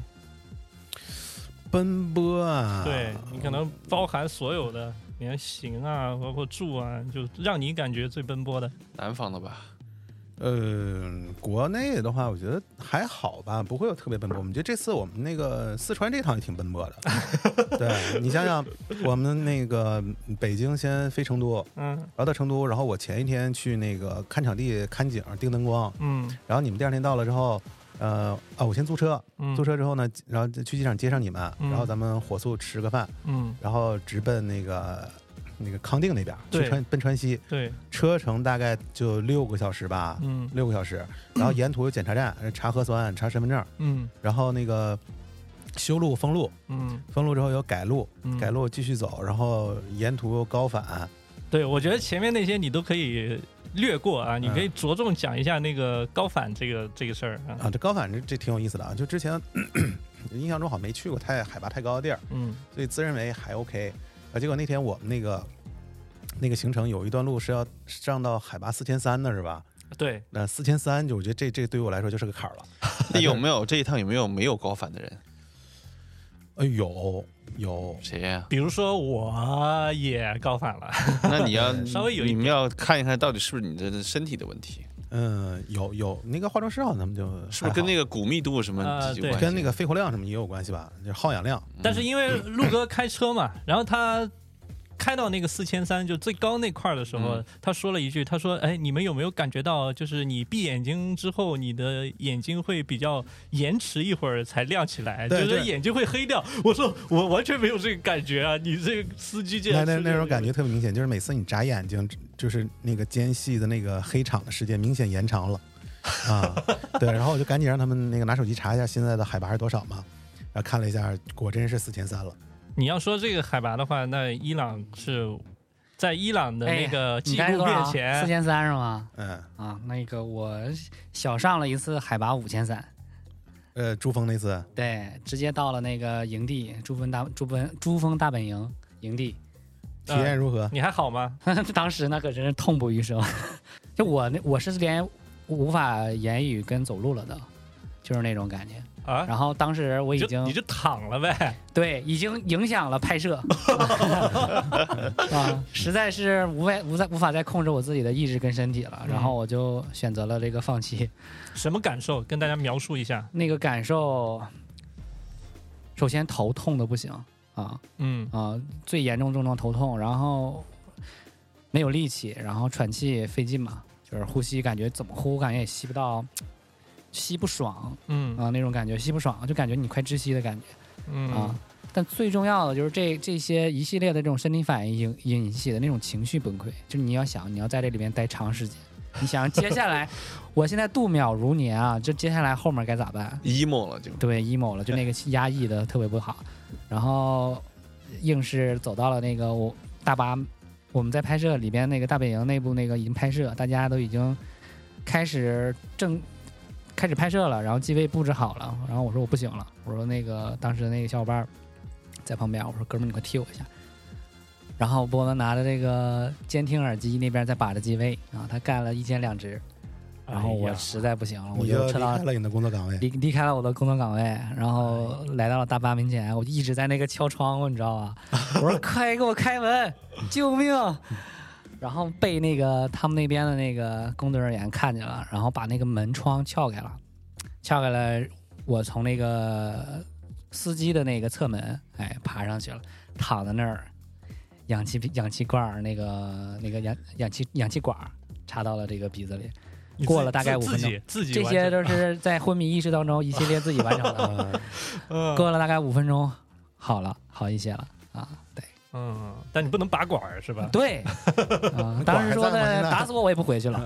奔波啊， 对你可能包含所有的，你看行啊，包括住啊，就让你感觉最奔波的。 南方的吧？ 呃，国内的话，我觉得还好吧，不会有特别奔波。我们觉得这次我们那个四川这趟也挺奔波的。对，你想想，我们那个北京先飞成都， 嗯， 然后到成都，然后我前一天去那个看场地、看景、定灯光， 嗯， 然后你们第二天到了之后，呃啊，我先租车， 嗯、 租车之后呢，然后去机场接上你们， 嗯、 然后咱们火速吃个饭， 嗯， 然后直奔那个。那个康定那边去川奔川西， 对， 车程大概就六个小时吧， 嗯， 六个小时，然后沿途有检查站，查核酸、查身份证， 嗯， 然后那个修路封路， 嗯， 封路之后有改路， 嗯、 改路继续走，然后沿途有高反。 对，我觉得前面那些你都可以略过啊，你可以着重讲一下那个高反这个、嗯、这个事儿啊。 啊，这高反这这挺有意思的啊，就之前咳咳印象中好像没去过太海拔太高的地儿， 嗯， 所以自认为还 OK。啊，结果那天我们那个那个行程有一段路是要上到海拔四千三的，是吧？ 对， 那四千三就我觉得这这对于我来说就是个坎儿了。 那有没有这一趟有没有没有高反的人？ 呃，有有谁呀、啊？ 比如说我也高反了， 那你要稍微有一你们要看一看到底是不是你的身体的问题。 嗯，有有那个化妆师好像他们就是不是跟那个骨密度什么有关系、呃、 跟那个肺活量什么也有关系吧，就是耗氧量。 但是因为陆哥开车嘛，然后他开到那个四千三就最高那块的时候、嗯，他说了一句，他说：“哎，你们有没有感觉到，就是你闭眼睛之后，你的眼睛会比较延迟一会儿才亮起来，就是眼睛会黑掉。”我说：“我完全没有这个感觉啊！你这个司机这样那那那种感觉特别明显，就是每次你眨眼睛，就是那个间隙的那个黑场的时间明显延长了啊。对，然后我就赶紧让他们那个拿手机查一下现在的海拔是多少嘛，然后看了一下，果真是四千三了。 你要说这个海拔的话，那伊朗是在伊朗的那个纪录面前， 四千三是吗？ 嗯啊，那个我小上了一次海拔五千三， 呃，珠峰那次， 对，直接到了那个营地，珠峰大珠峰珠峰大本营营地， 体验如何？ 呃、你还好吗？ 当时那可真是痛不欲生，就我那我是连无法言语跟走路了的，就是那种感觉。 啊， 然后当时我已经你就你就躺了呗。 对，已经影响了拍摄啊，实在是无外无再无法再控制我自己的意志跟身体了，然后我就选择了这个放弃。 什么感受？跟大家描述一下。 那个感受，首先头痛的不行啊， 嗯啊，最严重症状头痛，然后没有力气，然后喘气费劲嘛，就是呼吸感觉怎么呼感觉也吸不到，吸不爽嗯啊那种感觉，吸不爽就感觉你快窒息的感觉。 嗯啊，但最重要的就是这这些一系列的这种身体反应引引起的那种情绪崩溃，就是你要想你要在这里面待长时间，你想接下来，我现在度秒如年啊，这接下来后面该咋办 emo 了就对 emo 了，就那个压抑的特别不好，然后硬是走到了那个我大巴，我们在拍摄里边那个大本营内部那个已经拍摄，大家都已经开始正。开始拍摄了，然后机位布置好了，然后我说我不行了，我说那个当时那个小伙伴在旁边，我说哥们儿你快替我一下，然后波子拿着这个监听耳机那边在把着机位啊，他干了一肩两直，然后我实在不行了，我你就撤到离开了你的工作岗位， 离离开了我的工作岗位，然后来到了大巴门前，我就一直在那个敲窗户，你知道吧？我说快给我开门，救命！然后被那个他们那边的那个工作人员看见了，然后把那个门窗撬开了，撬开了，我从那个司机的那个侧门，哎，爬上去了，躺在那儿，氧气氧气罐那个那个氧氧气氧气管插到了这个鼻子里。 你过了大概五分钟， 自己这些都是在昏迷意识当中一系列自己完成的。过了大概五分钟，好了，好一些了啊，对。 嗯，但你不能拔管儿是吧？ 对，啊，当时说的打死我我也不回去了。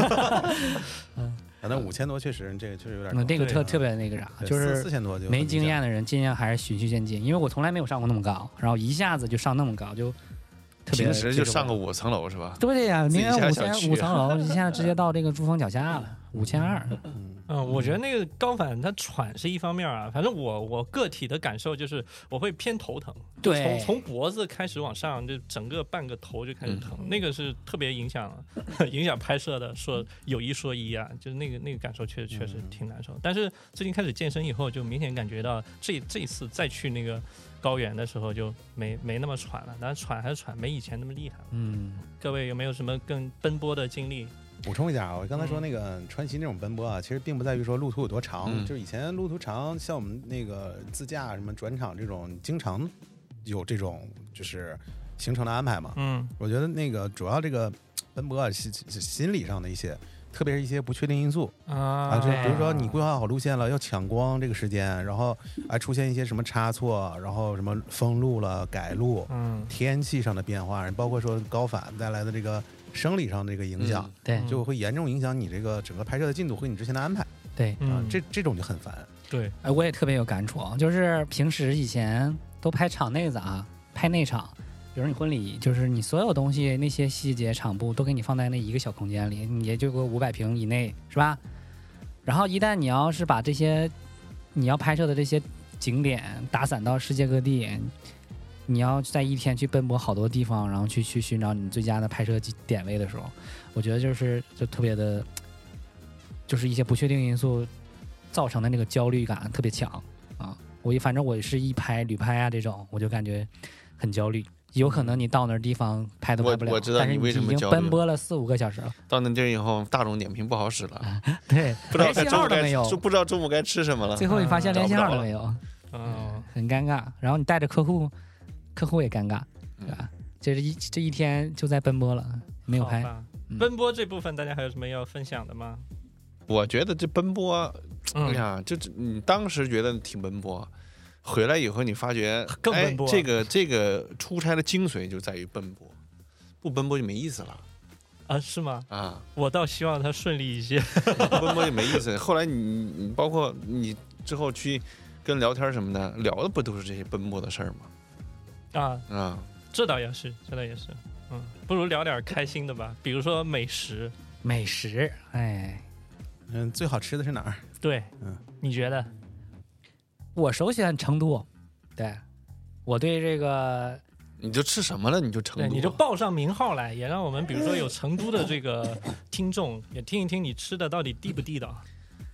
反正五千多确实，这个确实有点高。 嗯，这个特对特别那个啥， 对就是四四千多就没经验的人尽量还是循序渐进，因为我从来没有上过那么高，然后一下子就上那么高，就特别平时就上个接受不了。 五层楼是吧？ 对呀， 自己家明天五千小区五层楼，你现在直接到这个珠峰脚下了，五千二。 嗯，我觉得那个高反它喘是一方面啊，反正我我个体的感受就是我会偏头疼， 对从从脖子开始往上，就整个半个头就开始疼，那个是特别影响影响拍摄的。说有一说一啊，就是那个那个感受确实确实挺难受。但是最近开始健身以后，就明显感觉到这这一次再去那个高原的时候就没没那么喘了，但是喘还是喘，没以前那么厉害了。 嗯， 各位有没有什么更奔波的经历？ 补充一下啊，我刚才说那个川西那种奔波啊，其实并不在于说路途有多长， 嗯就是以前路途长，像我们那个自驾什么转场这种，经常有这种就是行程的安排嘛。 嗯我觉得那个主要这个奔波啊，心心理上的一些，特别是一些不确定因素啊， 啊就比如说你规划好路线了，要抢光这个时间，然后还出现一些什么差错，然后什么封路了、改路， 嗯天气上的变化，包括说高反带来的这个生理上的这个影响。 对嗯就会严重影响你这个整个拍摄的进度和你之前的安排对， 啊嗯， 这这种就很烦。 对， 哎，我也特别有感触啊，就是平时以前都拍场内子啊，拍内场，比如你婚礼，就是你所有东西那些细节场布都给你放在那一个小空间里，你也就个五百平以内，是吧？然后一旦你要是把这些你要拍摄的这些景点打散到世界各地，你要在一天去奔波好多地方，然后去去寻找你最佳的拍摄点位的时候，我觉得就是就特别的，就是一些不确定因素造成的那个焦虑感特别强啊！我一反正我是一拍旅拍啊这种，我就感觉很焦虑。有可能你到那儿地方拍都拍不了， 我我知道但是你为什么已经焦虑奔波了四五个小时了。 到那地儿以后，大众点评不好使了， 对， 不知道连信该中午该号都没有就，不知道中午该吃什么了。 最后你发现连信号找不着了都没有， 嗯， 很尴尬。然后你带着客户，客户也尴尬，对吧？这一这一天就在奔波了，没有拍。 好吧嗯奔波这部分大家还有什么要分享的吗？ 我觉得这奔波，哎嗯， 呀，就你当时觉得挺奔波，回来以后你发觉更奔波哎。这个这个出差的精髓就在于奔波，不奔波就没意思了啊，是吗？ 啊！ 我倒希望他顺利一些。 不奔波就没意思。后来你你包括你之后去跟聊天什么的，聊的不都是这些奔波的事儿吗？ 啊， 啊， 这倒也是，这倒也是。嗯，不如聊点开心的吧，比如说美食。 美食，哎， 嗯，最好吃的是哪儿？ 对， 嗯， 你觉得？ 我首选成都。对，我对这个你就吃什么了？你就成对， 都， 你就报上名号来，也让我们比如说有成都的这个听众也听一听你吃的到底地不地道。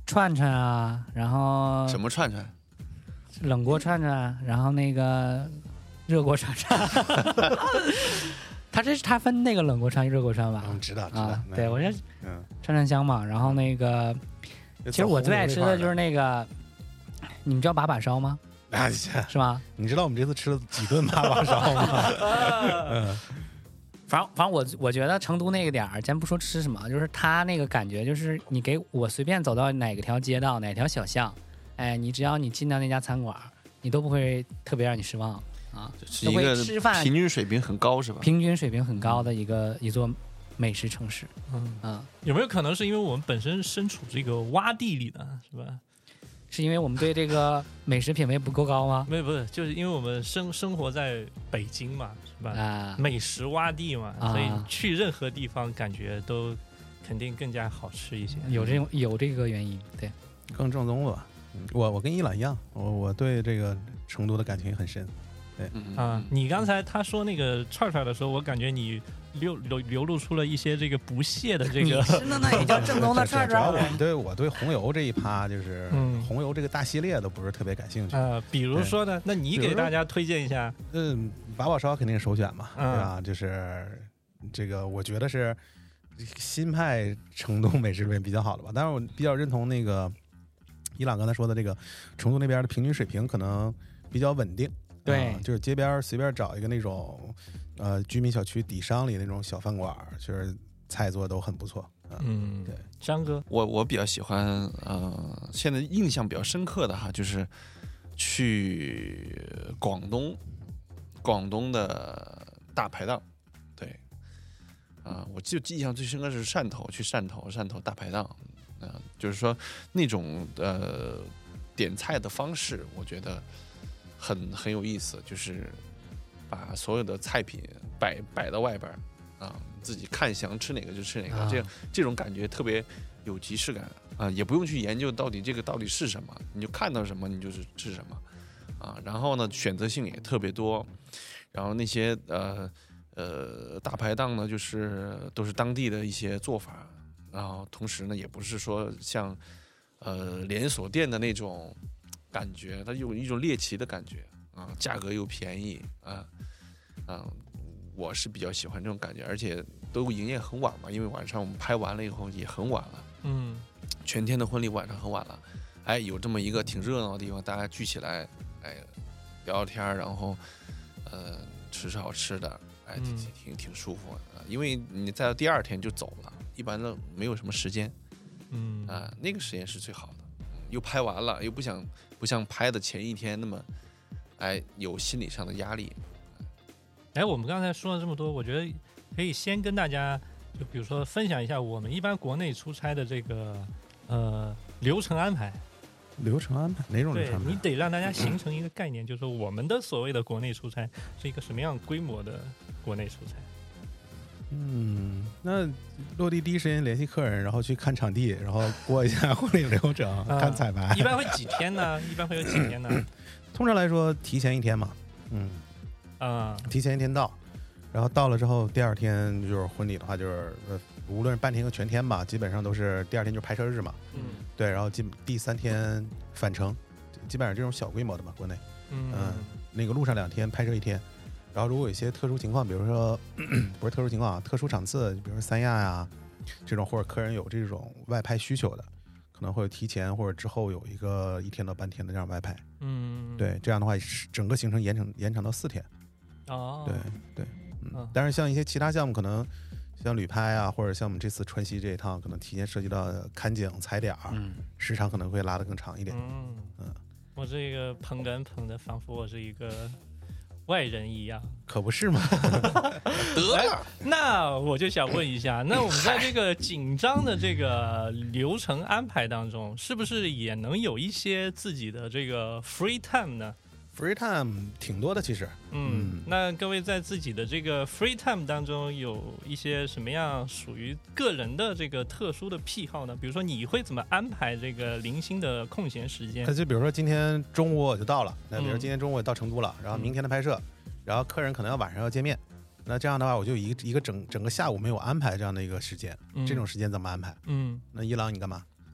串串啊，然后什么串串？ 冷锅串串，然后那个热锅串串。它这是它分那个冷锅串、热锅串吧？ 嗯，知道知道。 啊，对我这嗯， 串串香嘛。然后那个，其实我最爱吃的就是那个，你们知道把把烧吗？ 啊， 是吗？ 你知道我们这次吃了几顿把把烧吗？嗯， 反正反正我我觉得成都那个点儿，先不说吃什么，就是它那个感觉，就是你给我随便走到哪个条街道、哪条小巷，哎，你只要你进到那家餐馆，你都不会特别让你失望啊。 是一个吃饭平均水平很高是吧？ 平均水平很高的一个一座美食城市。 嗯啊， 有没有可能是因为我们本身身处这个洼地里呢？是吧？ 是因为我们对这个美食品味不够高吗？ 没有，不是，就是因为我们生生活在北京嘛，是吧？ 啊， 美食洼地嘛， 啊所以去任何地方感觉都肯定更加好吃一些。 有这种有这个原因，对， 更正宗了吧？我我跟伊朗一样，我我对这个成都的感情也很深。对嗯啊，你刚才他说那个串串的时候，我感觉你流流流露出了一些这个不屑的这个。 吃的那也叫正宗的串主要串。 我对我对红油这一趴，就是嗯红油这个大系列都不是特别感兴趣。 呃，比如说呢，那你给大家推荐一下。 嗯，把把烧肯定是首选嘛， 嗯对吧？就是这个，我觉得是新派成都美食里面比较好的吧。但是我比较认同那个伊朗刚才说的，这个成都那边的平均水平可能比较稳定。 对啊，就是街边随便找一个那种呃居民小区底商里那种小饭馆，就是菜做的都很不错。啊、 嗯， 对， 张哥， 我我比较喜欢，呃，现在印象比较深刻的哈，就是去广东，广东的大排档，对，啊、我记印象最深刻是汕头，去汕头，汕头大排档，啊、就是说那种呃点菜的方式，我觉得很很有意思，就是把所有的菜品摆摆到外边儿。啊，自己看想吃哪个就吃哪个， 啊这样这种感觉特别有即视感啊，也不用去研究到底这个到底是什么，你就看到什么你就是吃什么啊。然后呢，选择性也特别多，然后那些呃呃大排档呢，就是都是当地的一些做法，然后同时呢，也不是说像呃连锁店的那种感觉，它有一种猎奇的感觉啊，价格又便宜啊啊。我是比较喜欢这种感觉，而且都营业很晚嘛，因为晚上我们拍完了以后也很晚了， 嗯， 全天的婚礼晚上很晚了，哎，有这么一个挺热闹的地方，大家聚起来，哎，聊聊天，然后呃吃吃好吃的，哎，挺挺挺挺舒服的，因为你再到第二天就走了，一般都没有什么时间， 嗯啊，那个时间是最好的，又拍完了，又不想不像拍的前一天那么，哎，有心理上的压力。 哎，我们刚才说了这么多，我觉得可以先跟大家，就比如说分享一下我们一般国内出差的这个呃流程安排。 流程安排哪种流对程安排？ 你得让大家形成一个概念，就是说我们的所谓的国内出差是一个什么样规模的国内出差。 嗯，那落地第一时间联系客人，然后去看场地，然后过一下婚礼流程， 啊看彩排。 一般会几天呢？一般会有几天呢？ 通常来说，提前一天嘛，嗯。 啊、 提前一天到，然后到了之后，第二天就是婚礼的话，就是呃，无论是半天和全天吧，基本上都是第二天就是拍摄日嘛。 嗯对，然后基第三天返程，基本上这种小规模的嘛，国内， 嗯嗯，那个路上两天，拍摄一天。然后如果有一些特殊情况，比如说不是特殊情况啊，特殊场次，比如说三亚呀这种，或者客人有这种外拍需求的，可能会提前或者之后有一个一天到半天的这样外拍。 嗯， 对，这样的话整个行程延长延长到四天。 哦， 对对，嗯嗯， 但是像一些其他项目，可能像旅拍啊，或者像我们这次川西这一趟，可能提前涉及到看景、踩点儿， 嗯， 时长可能会拉得更长一点。 嗯嗯， 我这个捧哏捧的仿佛我是一个外人一样。 可不是嘛？ 得了， 那我就想问一下，那我们在这个紧张的这个流程安排当中，是不是也能有一些自己的这个 free time 呢？ Free time 挺多的，其实。 嗯， 嗯那各位在自己的这个 free time 当中有一些什么样属于个人的这个特殊的癖好呢？比如说你会怎么安排这个零星的空闲时间那？就比如说今天中午我就到了，那比如嗯今天中午我到成都了，然后明天的拍摄，然后客人可能要晚上要见面，那这样的话我就一个一个整整个下午没有安排这样的一个时间， 嗯这种时间怎么安排？ 嗯， 那伊朗你干嘛？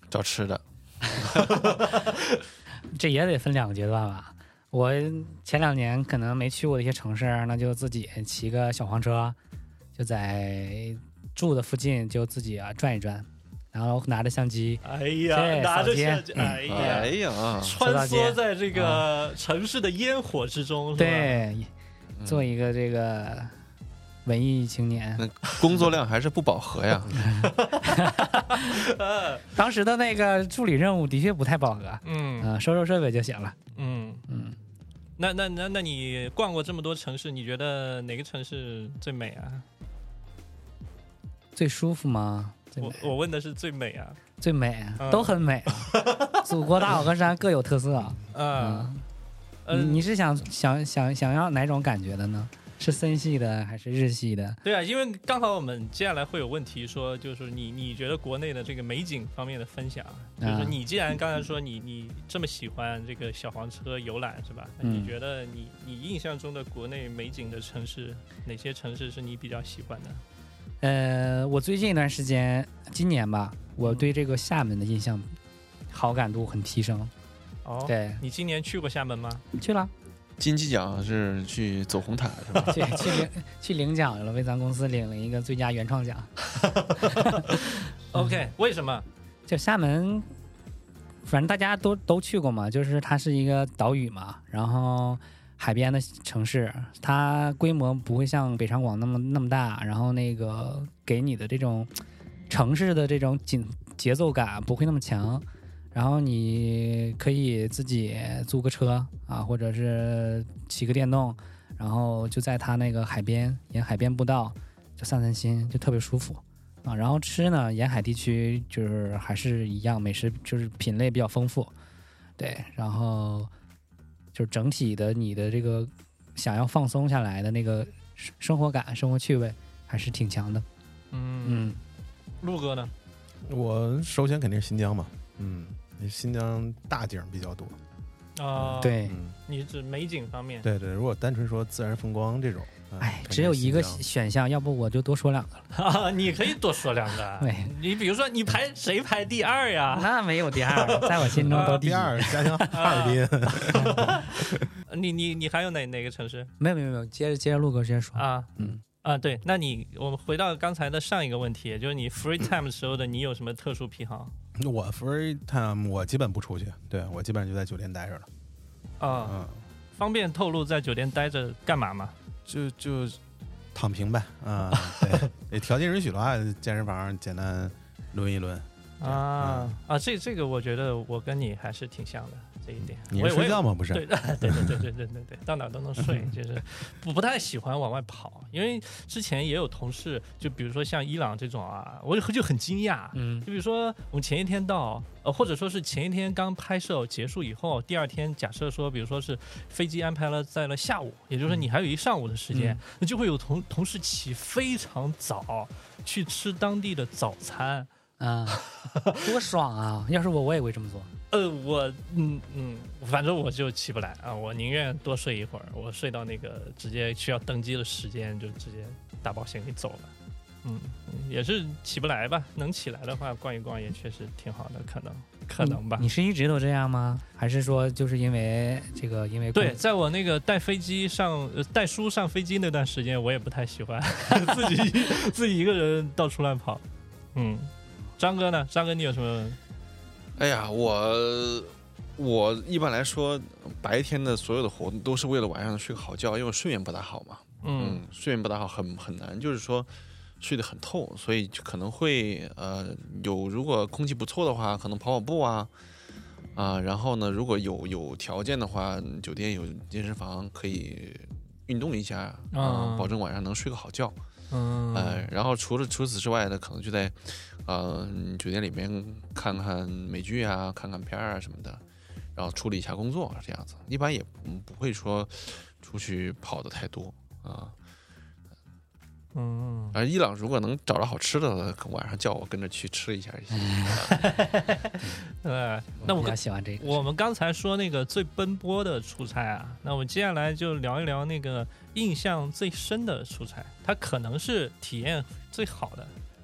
找吃的。 这也得分两个阶段吧。我前两年可能没去过的一些城市，那就自己骑个小黄车，就在住的附近就自己啊转一转，然后拿着相机， 哎对呀，拿着扫街相机，哎呀， 哎呀， 穿梭在这个城市的烟火之中，是吧？ 对，做一个这个文艺青年。 那工作量还是不饱和呀。 当时的那个助理任务的确不太饱和， 嗯嗯、收收设备就行了。 嗯嗯， 那那那那你逛过这么多城市，你觉得哪个城市最美啊？ 最舒服吗？最美我我问的是最美啊。 最美嗯都很美啊。祖国大好河山各有特色啊。 嗯嗯，你你是想想想想要哪种感觉的呢？是森系的还是日系的？ 对啊，因为刚好我们接下来会有问题说，就是你你觉得国内的这个美景方面的分享，就是你既然刚才说你你这么喜欢这个小黄车游览是吧？那你觉得你你印象中的国内美景的城市，哪些城市是你比较喜欢的？ 呃，我最近一段时间，今年吧，我对这个厦门的印象好感度很提升。 哦， 对， 你今年去过厦门吗？ 去了。 金鸡奖是去走红毯是吧？ 去去领去领奖了，为咱公司领了一个最佳原创奖。 OK， 为什么？ 就厦门，反正大家都都去过嘛，就是它是一个岛屿嘛，然后海边的城市，它规模不会像北上广那么那么大，然后那个给你的这种城市的这种紧节奏感不会那么强。然后你可以自己租个车啊，或者是骑个电动，然后就在它那个海边沿海边步道就散散心，就特别舒服啊。然后吃呢，沿海地区就是还是一样，美食就是品类比较丰富，对。然后就是整体的你的这个想要放松下来的那个生活感、生活趣味还是挺强的。 嗯嗯， 陆哥呢？ 我首先肯定是新疆嘛，嗯。新疆大景比较多啊、呃， 对， 嗯， 你指美景方面？ 对对，如果单纯说自然风光这种， 哎，只有一个选项，要不我就多说两个了。 啊，你可以多说两个。 对， 你比如说，你排谁排第二呀？ 那没有第二，在我心中都第二。家乡哈尔滨。你你你还有哪哪个城市？ 没有没有没有，接着接着陆哥直接说啊， 嗯啊，对，那你我们回到刚才的上一个问题，就是你 free time 时候的你有什么特殊癖好？ 我 free time 我基本不出去，对我基本上就在酒店待着了。 啊、嗯，方便透露在酒店待着干嘛吗？ 就就躺平呗，啊、嗯，对，条件允许的话，健身房简单抡一抡。 啊、 嗯、 啊，这这个我觉得我跟你还是挺像的。这一点， 你是睡觉吗？不是， 对对对对对对对对，到哪都能睡，就是不不太喜欢往外跑，因为之前也有同事，就比如说像伊朗这种啊，我就很惊讶， 嗯， 就比如说我们前一天到，呃，或者说是前一天刚拍摄结束以后，第二天假设说，比如说是飞机安排了在了下午，也就是说你还有一上午的时间，那、嗯、就会有同同事起非常早去吃当地的早餐。 啊，多爽啊！要是我，我也会这么做。 呃，我嗯嗯，反正我就起不来啊，我宁愿多睡一会儿，我睡到那个直接需要登机的时间，就直接打包行李走了。嗯，也是起不来吧？能起来的话，逛一逛也确实挺好的，可能可能吧。 你, 你是一直都这样吗？还是说就是因为这个？因为对，在我那个带飞机上呃带书上飞机那段时间，我也不太喜欢自己自己一个人到处乱跑。嗯。张哥呢？张哥，你有什么？ 哎呀，我我一般来说，白天的所有的活动都是为了晚上睡个好觉，因为我睡眠不大好嘛。 嗯， 嗯睡眠不大好，很很难，就是说睡得很透，所以可能会呃有，如果空气不错的话，可能跑跑步啊啊、呃，然后呢，如果有有条件的话，酒店有健身房可以运动一下啊、 嗯呃，保证晚上能睡个好觉。 嗯， 呃，然后除了除此之外呢，可能就在，呃，酒店里面看看美剧啊，看看片啊什么的，然后处理一下工作这样子。一般也不会说出去跑的太多啊。 嗯， 而伊朗如果能找到好吃的，晚上叫我跟着去吃一下也行。 对，那我比较喜欢这个。 我们刚才说那个最奔波的出差啊，那我们接下来就聊一聊那个印象最深的出差，它可能是体验最好的，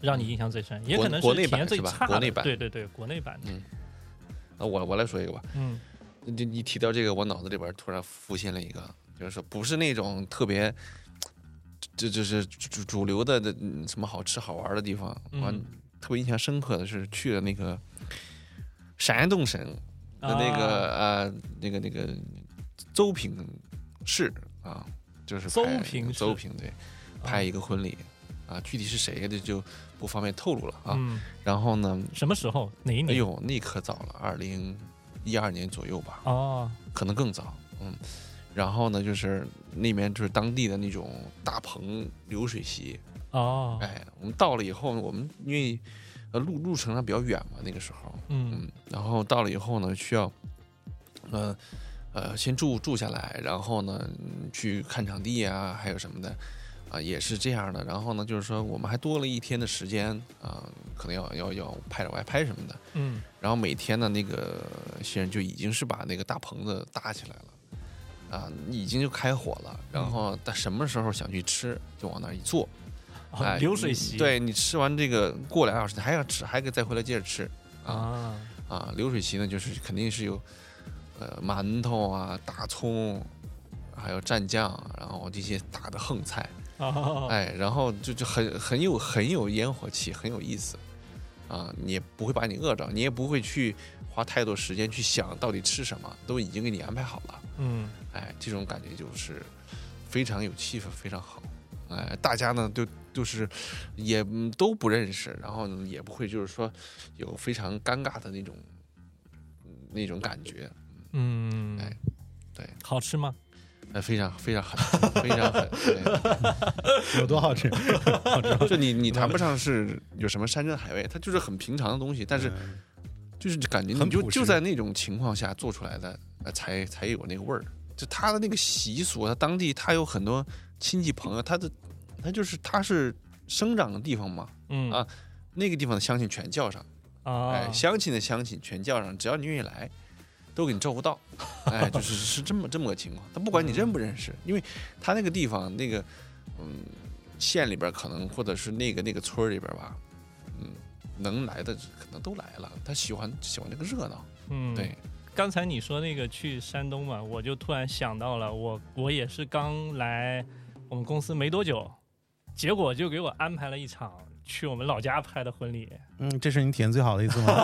让你印象最深，也可能国内体验最差的。 国内版， 对对对，国内版。 嗯，啊，我我来说一个吧。 嗯， 你你提到这个，我脑子里边突然浮现了一个，就是说不是那种特别，这就是主主流的的什么好吃好玩的地方。我、嗯、特别印象深刻的是去了那个山东省的那个啊、呃、那个那个邹平市啊，就是邹平市邹平对，拍一个婚礼。啊，具体是谁的就不方便透露了啊。 嗯、 然后呢？ 什么时候？哪一年？ 哎呦，那可早了，二零一二年左右吧。 哦， 可能更早。嗯，然后呢，就是那边就是当地的那种大棚流水席。 哦， 哎，我们到了以后，我们因为呃路路程上比较远嘛，那个时候， 嗯嗯，然后到了以后呢，需要呃呃先住住下来，然后呢去看场地啊，还有什么的。啊，也是这样的。然后呢，就是说我们还多了一天的时间啊，可能要要要拍点外拍什么的。 嗯。 然后每天呢，那个新人就已经是把那个大棚子搭起来了，啊，已经就开火了。然后他什么时候想去吃，就往那儿一坐。 哦、哎，流水席。 对你吃完这个，过两小时你还要吃，还可以再回来接着吃。啊啊，流水席呢，就是肯定是有呃馒头啊、大葱，还有蘸酱，然后这些大的横菜。 哦、 哎，然后就就很很有很有烟火气，很有意思，啊，你也不会把你饿着，你也不会去花太多时间去想到底吃什么，都已经给你安排好了。 嗯， 哎，这种感觉就是非常有气氛，非常好。哎，大家呢都都是也都不认识，然后也不会就是说有非常尴尬的那种那种感觉。 嗯， 哎，对， 好吃吗？ 呃，非常非常狠，非常狠， 有多好吃？好吃就你你谈不上是有什么山珍海味，它就是很平常的东西，但是就是感觉你就就在那种情况下做出来的，呃，才才有那个味儿。就他的那个习俗，他当地他有很多亲戚朋友，他的他就是他是生长的地方嘛， 嗯啊，那个地方的乡亲全叫上， 啊， 哎，乡亲的乡亲全叫上，只要你愿意来。都给你照顾到，哎，就是是这么这么个情况。他不管你认不认识，因为他那个地方那个嗯县里边可能或者是那个那个村里边吧，嗯，能来的可能都来了。他喜欢喜欢这个热闹， 嗯， 对。 刚才你说那个去山东嘛，我就突然想到了，我我也是刚来我们公司没多久，结果就给我安排了一场去我们老家拍的婚礼。 嗯，这是你体验最好的一次吗？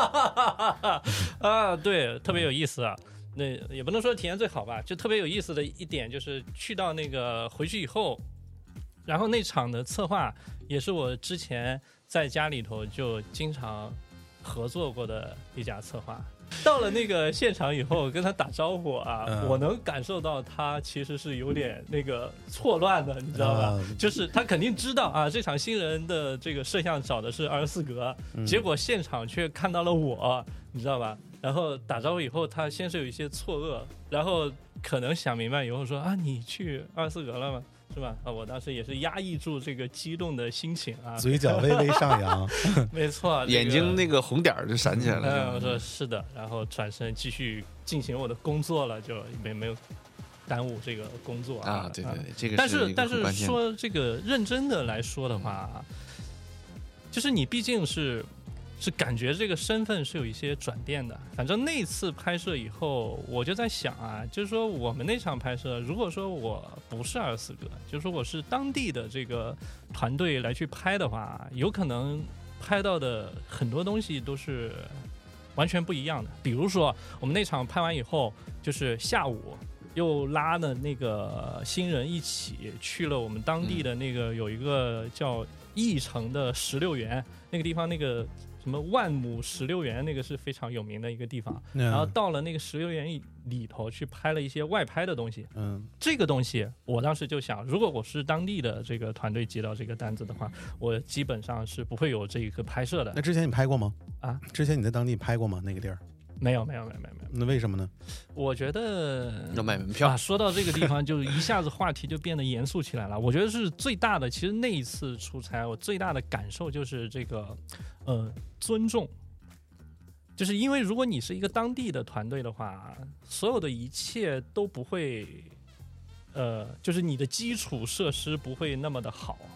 啊，对，特别有意思啊。那也不能说体验最好吧，就特别有意思的一点就是去到那个回去以后，然后那场的策划也是我之前在家里头就经常合作过的一家策划。到了那个现场以后，跟他打招呼啊，嗯、我能感受到他其实是有点那个错乱的，你知道吧？嗯、就是他肯定知道啊，这场新人的这个摄像找的是二十四格，嗯、结果现场却看到了我，你知道吧？然后打招呼以后，他先是有一些错愕，然后可能想明白以后说啊，你去二十四格了吗？是吧？啊，我当时也是压抑住这个激动的心情啊， 嘴角微微上扬， 没错， 眼睛那个红点就闪起来了。 嗯，我说是的，然后转身继续进行我的工作了，就没没有耽误这个工作啊。 啊，对对对，这个但是但是说这个认真的来说的话，嗯、就是你毕竟是。是感觉这个身份是有一些转变的。反正那次拍摄以后，我就在想啊，就是说我们那场拍摄，如果说我不是二十四格，就是说我是当地的这个团队来去拍的话，有可能拍到的很多东西都是完全不一样的。比如说我们那场拍完以后，就是下午又拉了那个新人一起去了我们当地的那个有一个叫义城的石榴园，那个地方那个。什么万亩石榴园，那个是非常有名的一个地方。嗯、然后到了那个石榴园里头去拍了一些外拍的东西。嗯，这个东西我当时就想，如果我是当地的这个团队接到这个单子的话，我基本上是不会有这个拍摄的。 那之前你拍过吗？ 啊， 之前你在当地拍过吗？那个地儿？ 没有，没有，没有，没有，没有。 那为什么呢？ 我觉得要买门票、 啊。说到这个地方，就一下子话题就变得严肃起来了。我觉得是最大的，其实那一次出差，我最大的感受就是这个，呃，尊重。就是因为如果你是一个当地的团队的话，所有的一切都不会，呃，就是你的基础设施不会那么的好。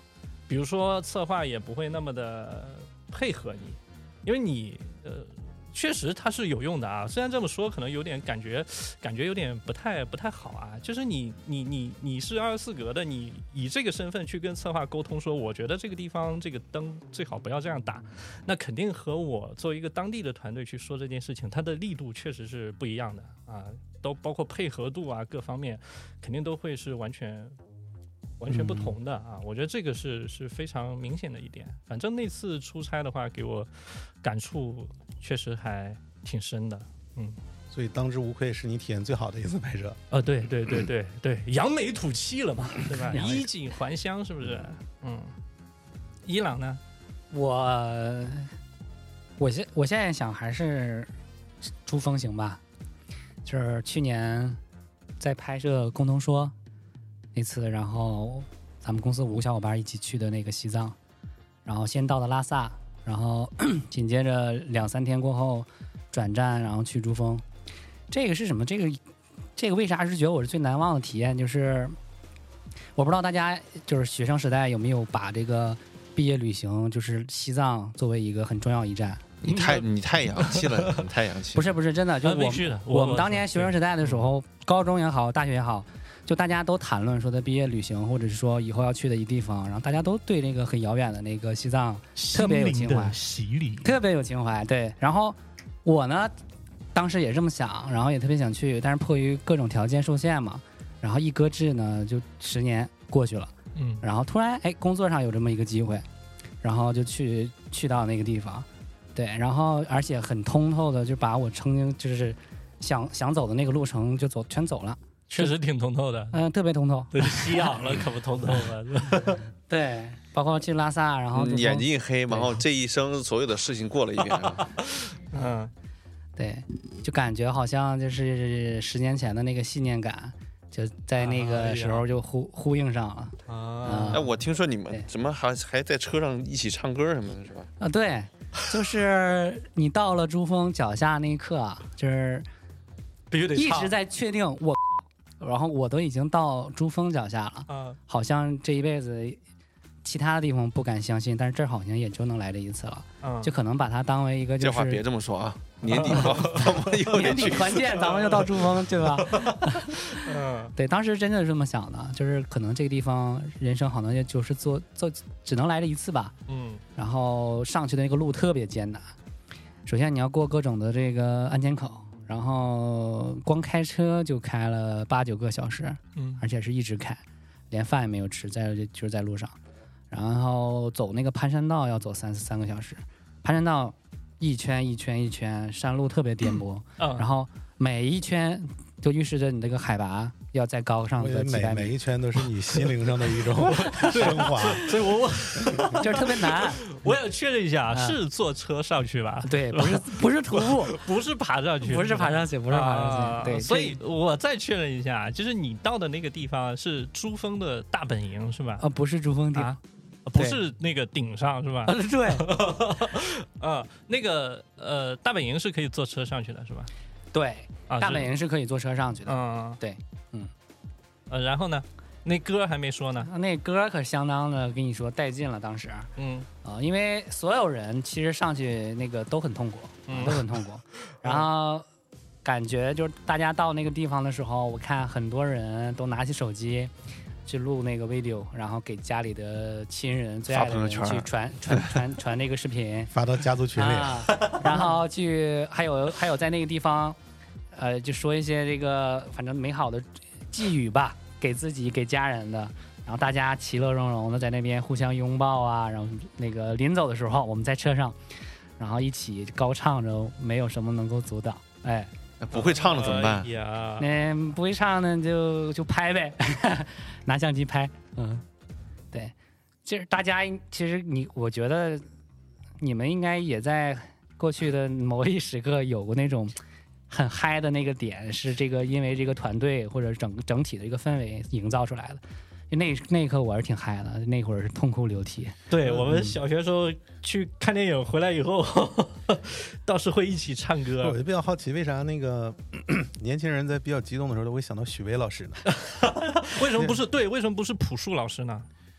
比如说策划也不会那么的配合你，因为你呃。确实它是有用的啊，虽然这么说可能有点感觉，感觉有点不太不太好啊。就是你你你你是二十四格的，你以这个身份去跟策划沟通说，我觉得这个地方这个灯最好不要这样打，那肯定和我作为一个当地的团队去说这件事情，它的力度确实是不一样的啊，都包括配合度啊各方面，肯定都会是完全。完全不同的啊，我觉得这个是是非常明显的一点。反正那次出差的话，给我感触确实还挺深的，嗯。 所以当之无愧是你体验最好的一次拍摄。 啊，对对对对对，扬眉吐气了嘛，对吧？衣锦还乡，是不是？嗯。伊朗呢？ 我我现我现在想还是珠峰行吧，就是去年在拍摄《共同说》。那次，然后咱们公司五个小伙伴一起去的那个西藏，然后先到的拉萨，然后紧接着两三天过后转站，然后去珠峰。这个是什么？这个这个为啥是觉得我是最难忘的体验？就是我不知道大家就是学生时代有没有把这个毕业旅行，就是西藏作为一个很重要一站。 你太你太洋气了，你太洋气了。 不是不是真的，就我们我们当年学生时代的时候，高中也好，大学也好。就大家都谈论说的毕业旅行，或者是说以后要去的一地方，然后大家都对那个很遥远的那个西藏特别有情怀， 洗礼特别有情怀。对，然后我呢，当时也这么想，然后也特别想去，但是迫于各种条件受限嘛，然后一搁置呢，就十年过去了， 嗯， 然后突然哎，工作上有这么一个机会，然后就去去到那个地方，对，然后而且很通透的就把我曾经就是想想走的那个路程就走全走了。 确实挺通透的， 嗯，特别通透。 对，吸氧了可不通透了。 对，包括去拉萨，然后嗯、眼睛一黑，然后这一生所有的事情过了一遍。 嗯，对，就感觉好像就是十年前的那个信念感，就在那个时候就呼、哎、呼应上了。 啊，哎、嗯，我听说你们怎么还还在车上一起唱歌什么的，是吧？ 啊，对，就是你到了珠峰脚下那一刻啊，就是一直在确定我。然后我都已经到珠峰脚下了， 啊， 好像这一辈子其他的地方不敢相信，但是这儿好像也就能来这一次了， 嗯， 就可能把它当为一个、就是， 这话别这么说啊，年底到，咱们又年底团建，咱们就到珠峰，对吧？ 嗯， 对，当时真的是这么想的，就是可能这个地方人生好像也就是做做只能来这一次吧， 嗯， 然后上去的那个路特别艰难，首先你要过各种的这个安检口。然后光开车就开了八九个小时， 嗯， 而且是一直开，连饭也没有吃，在就是在路上。然后走那个攀山道要走三三个小时，攀山道一圈一圈一圈，山路特别颠簸， 嗯， 然后每一圈就预示着你这个海拔要再高上个几百米， 每每一圈都是你心灵上的一种升华， 所以我我就是特别难。 我也确认一下，嗯、是坐车上去吧？ 对，不是不是徒步， 不是爬上去， 不是爬上去，不是爬上去。 啊、 对， 所以我再确认一下，就是你到的那个地方是珠峰的大本营是吧？ 啊，不是珠峰顶。 啊不是那个顶上是吧？ 啊，对， 啊，那个呃，大本营是可以坐车上去的，是吧？ 对， 啊、 大本营是可以坐车上去的。 嗯， 对，嗯， 呃，然后呢，那歌还没说呢。 那歌可相当的跟你说带劲了，当时。 嗯啊、呃，因为所有人其实上去那个都很痛苦， 嗯、 都很痛苦。然后感觉就是大家到那个地方的时候，我看很多人都拿起手机。去录那个 video， 然后给家里的亲人、最爱的人去传传传传那个视频， 发到家族群里， 啊、然后去还有还有在那个地方，呃，就说一些这个反正美好的寄语吧，给自己给家人的，然后大家其乐融融的在那边互相拥抱啊，然后那个临走的时候，我们在车上，然后一起高唱着，没有什么能够阻挡，哎。 不会唱了怎么办？ 哎呀， 那、嗯、不会唱呢，就就拍呗，拿相机拍。嗯，对，就是大家其实你，我觉得你们应该也在过去的某一时刻有过那种很嗨的那个点，是这个因为这个团队或者整整体的一个氛围营造出来的。那那一刻我是挺嗨的，那会儿是痛哭流涕。 对、嗯、我们小学时候去看电影回来以后，倒是会一起唱歌。 我就比较好奇，为啥那个年轻人在比较激动的时候都会想到许巍老师呢？ 为什么不是对？为什么不是朴树老师呢？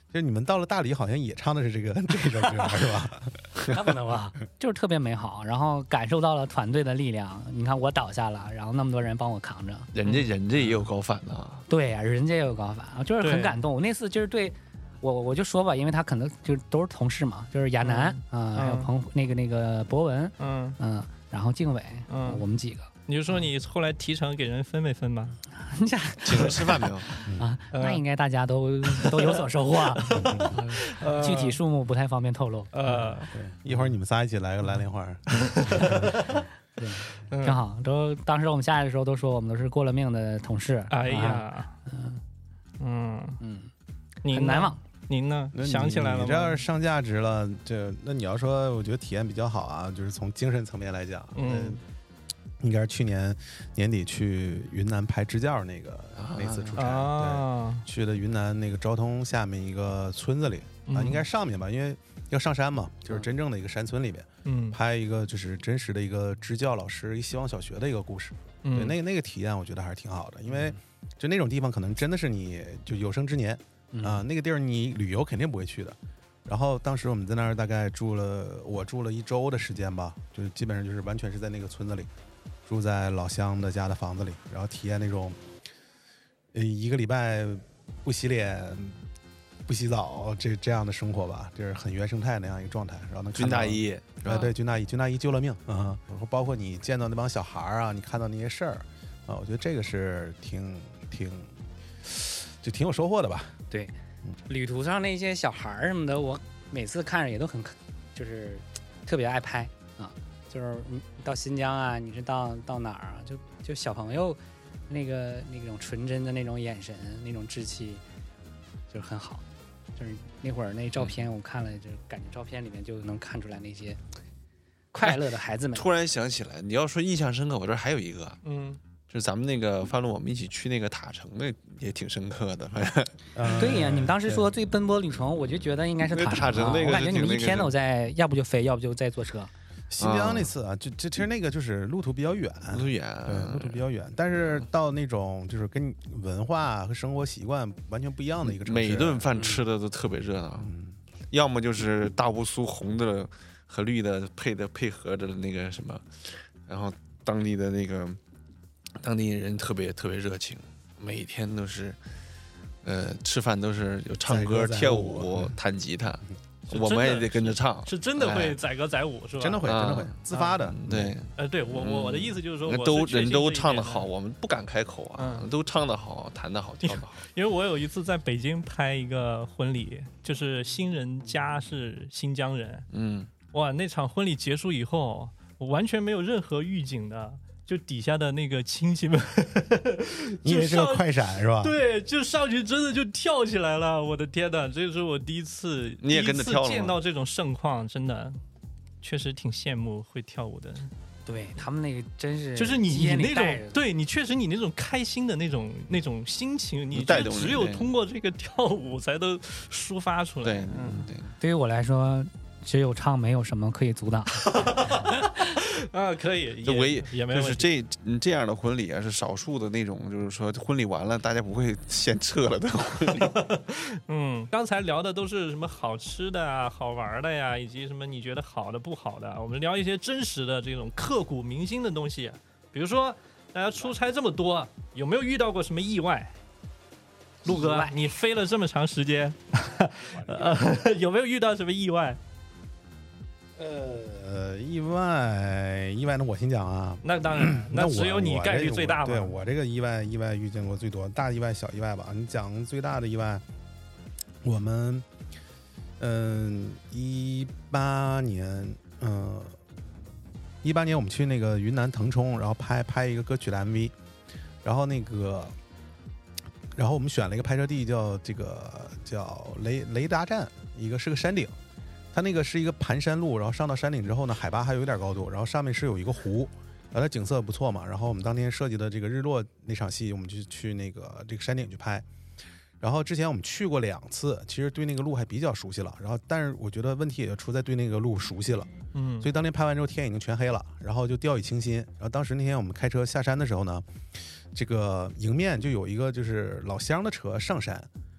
就是你们到了大理，好像也唱的是这个这个歌是吧？ 那不能吧，就是特别美好，然后感受到了团队的力量。你看我倒下了，然后那么多人帮我扛着。 人家人家也有高反呐。 对呀、啊，人家也有高反，就是很感动。我那次就是对我我就说吧，因为他可能就都是同事嘛，就是亚楠啊、 嗯呃，还有彭那个那个博文， 嗯嗯，然后靖伟， 嗯， 我们几个。 你就说你后来提成给人分没分吧？ 请人吃饭没有？ 啊，那应该大家都都有所收获，呃、具体数目不太方便透露。 呃， 对，一会儿你们仨一起来个蓝莲花。 对，挺好。都当时我们下来的时候都说我们都是过了命的同事。 哎呀， 啊、嗯嗯嗯， 您很难忘。 您呢？想起来了吗？ 你这要是上价值了，这那你要说，我觉得体验比较好啊，就是从精神层面来讲， 嗯。 应该是去年年底去云南拍支教那个、啊、那次出差、啊，对，去的云南那个昭通下面一个村子里、嗯、啊，应该是上面吧，因为要上山嘛，就是真正的一个山村里面， 嗯， 拍一个就是真实的一个支教老师一希望小学的一个故事， 嗯， 对，那个那个体验我觉得还是挺好的，因为就那种地方可能真的是你就有生之年、嗯、啊，那个地儿你旅游肯定不会去的。然后当时我们在那儿大概住了，我住了一周的时间吧，就是基本上就是完全是在那个村子里。住在老乡的家的房子里，然后体验那种，呃，一个礼拜不洗脸、不洗澡这这样的生活吧，就是很原生态那样一个状态。然后能看到军大衣， 啊，对，军大衣，军大衣救了命啊！然后包括你见到那帮小孩啊，你看到那些事儿啊，我觉得这个是挺挺就挺有收获的吧。 对，旅途上那些小孩什么的，我每次看着也都很，就是特别爱拍啊。就是你到新疆啊，你是到到哪儿啊？就就小朋友那个那种纯真的那种眼神，那种稚气，就是很好。就是那会儿那照片我看了，就感觉照片里面就能看出来那些快乐的孩子们。 突然想起来，你要说印象深刻，我这儿还有一个， 嗯， 就是咱们那个范路，我们一起去那个塔城，那也挺深刻的。 嗯、对呀，你们当时说最奔波旅程，我就觉得应该是塔城、啊。 塔城那个， 我感觉你们一天都在，要不就飞，要不就在坐车。 新疆那次啊，就这其实那个就是路途比较远， 路途远， 对，路途比较远。但是到那种就是跟文化和生活习惯完全不一样的一个城市， 每一顿饭吃的都特别热闹，嗯、要么就是大乌苏红的和绿的配的配合着那个什么，然后当地的那个当地人特别特别热情，每天都是，呃，吃饭都是有唱歌、跳舞、弹吉他。我们也得跟着唱， 是真的会载歌载舞是吧？ 真的会，真的会，自发的。 对， 呃，对我我我的意思就是说， 都人都唱得好，我们不敢开口啊，都唱得好，弹得好，跳得好。 因为我有一次在北京拍一个婚礼，就是新人家是新疆人， 嗯， 哇，那场婚礼结束以后，我完全没有任何预警的。就底下的那个亲戚们， 因为这个快闪是吧？ 对，就上去真的就跳起来了，我的天哪！这是我第一次， 你也跟着跳了吗？ 第一次见到这种盛况，真的确实挺羡慕会跳舞的。 对他们那个真是， 就是你你那种，对你确实你那种开心的那种那种心情，你就只有通过这个跳舞才都抒发出来。 对，嗯，对。 对于我来说，只有唱，没有什么可以阻挡。 啊，可以， 就唯也没就是这这样的婚礼啊，是少数的那种，就是说婚礼完了大家不会先撤了的婚礼。 嗯，刚才聊的都是什么好吃的啊、好玩的呀，以及什么你觉得好的、不好的。我们聊一些真实的这种刻骨铭心的东西，比如说大家出差这么多，有没有遇到过什么意外？陆哥，你飞了这么长时间，呃，有没有遇到什么意外？ 呃，意外，意外，那我先讲啊。 那当然，那只有你概率最大嘛。 对我这个意外，意外遇见过最多，大意外、小意外吧。你讲最大的意外，我们，嗯，一八年，嗯，一八年我们去那个云南腾冲，然后拍拍一个歌曲的 M V， 然后那个，然后我们选了一个拍摄地，叫这个叫雷雷达站，一个是个山顶。它那个是一个盘山路，然后上到山顶之后呢，海拔还有一点高度，然后上面是有一个湖，然后它景色不错嘛。然后我们当天设计的这个日落那场戏，我们就去那个这个山顶去拍。然后之前我们去过两次，其实对那个路还比较熟悉了。然后但是我觉得问题也就出在对那个路熟悉了， 嗯， 所以当天拍完之后天已经全黑了，然后就掉以轻心。然后当时那天我们开车下山的时候呢，这个迎面就有一个就是老乡的车上山。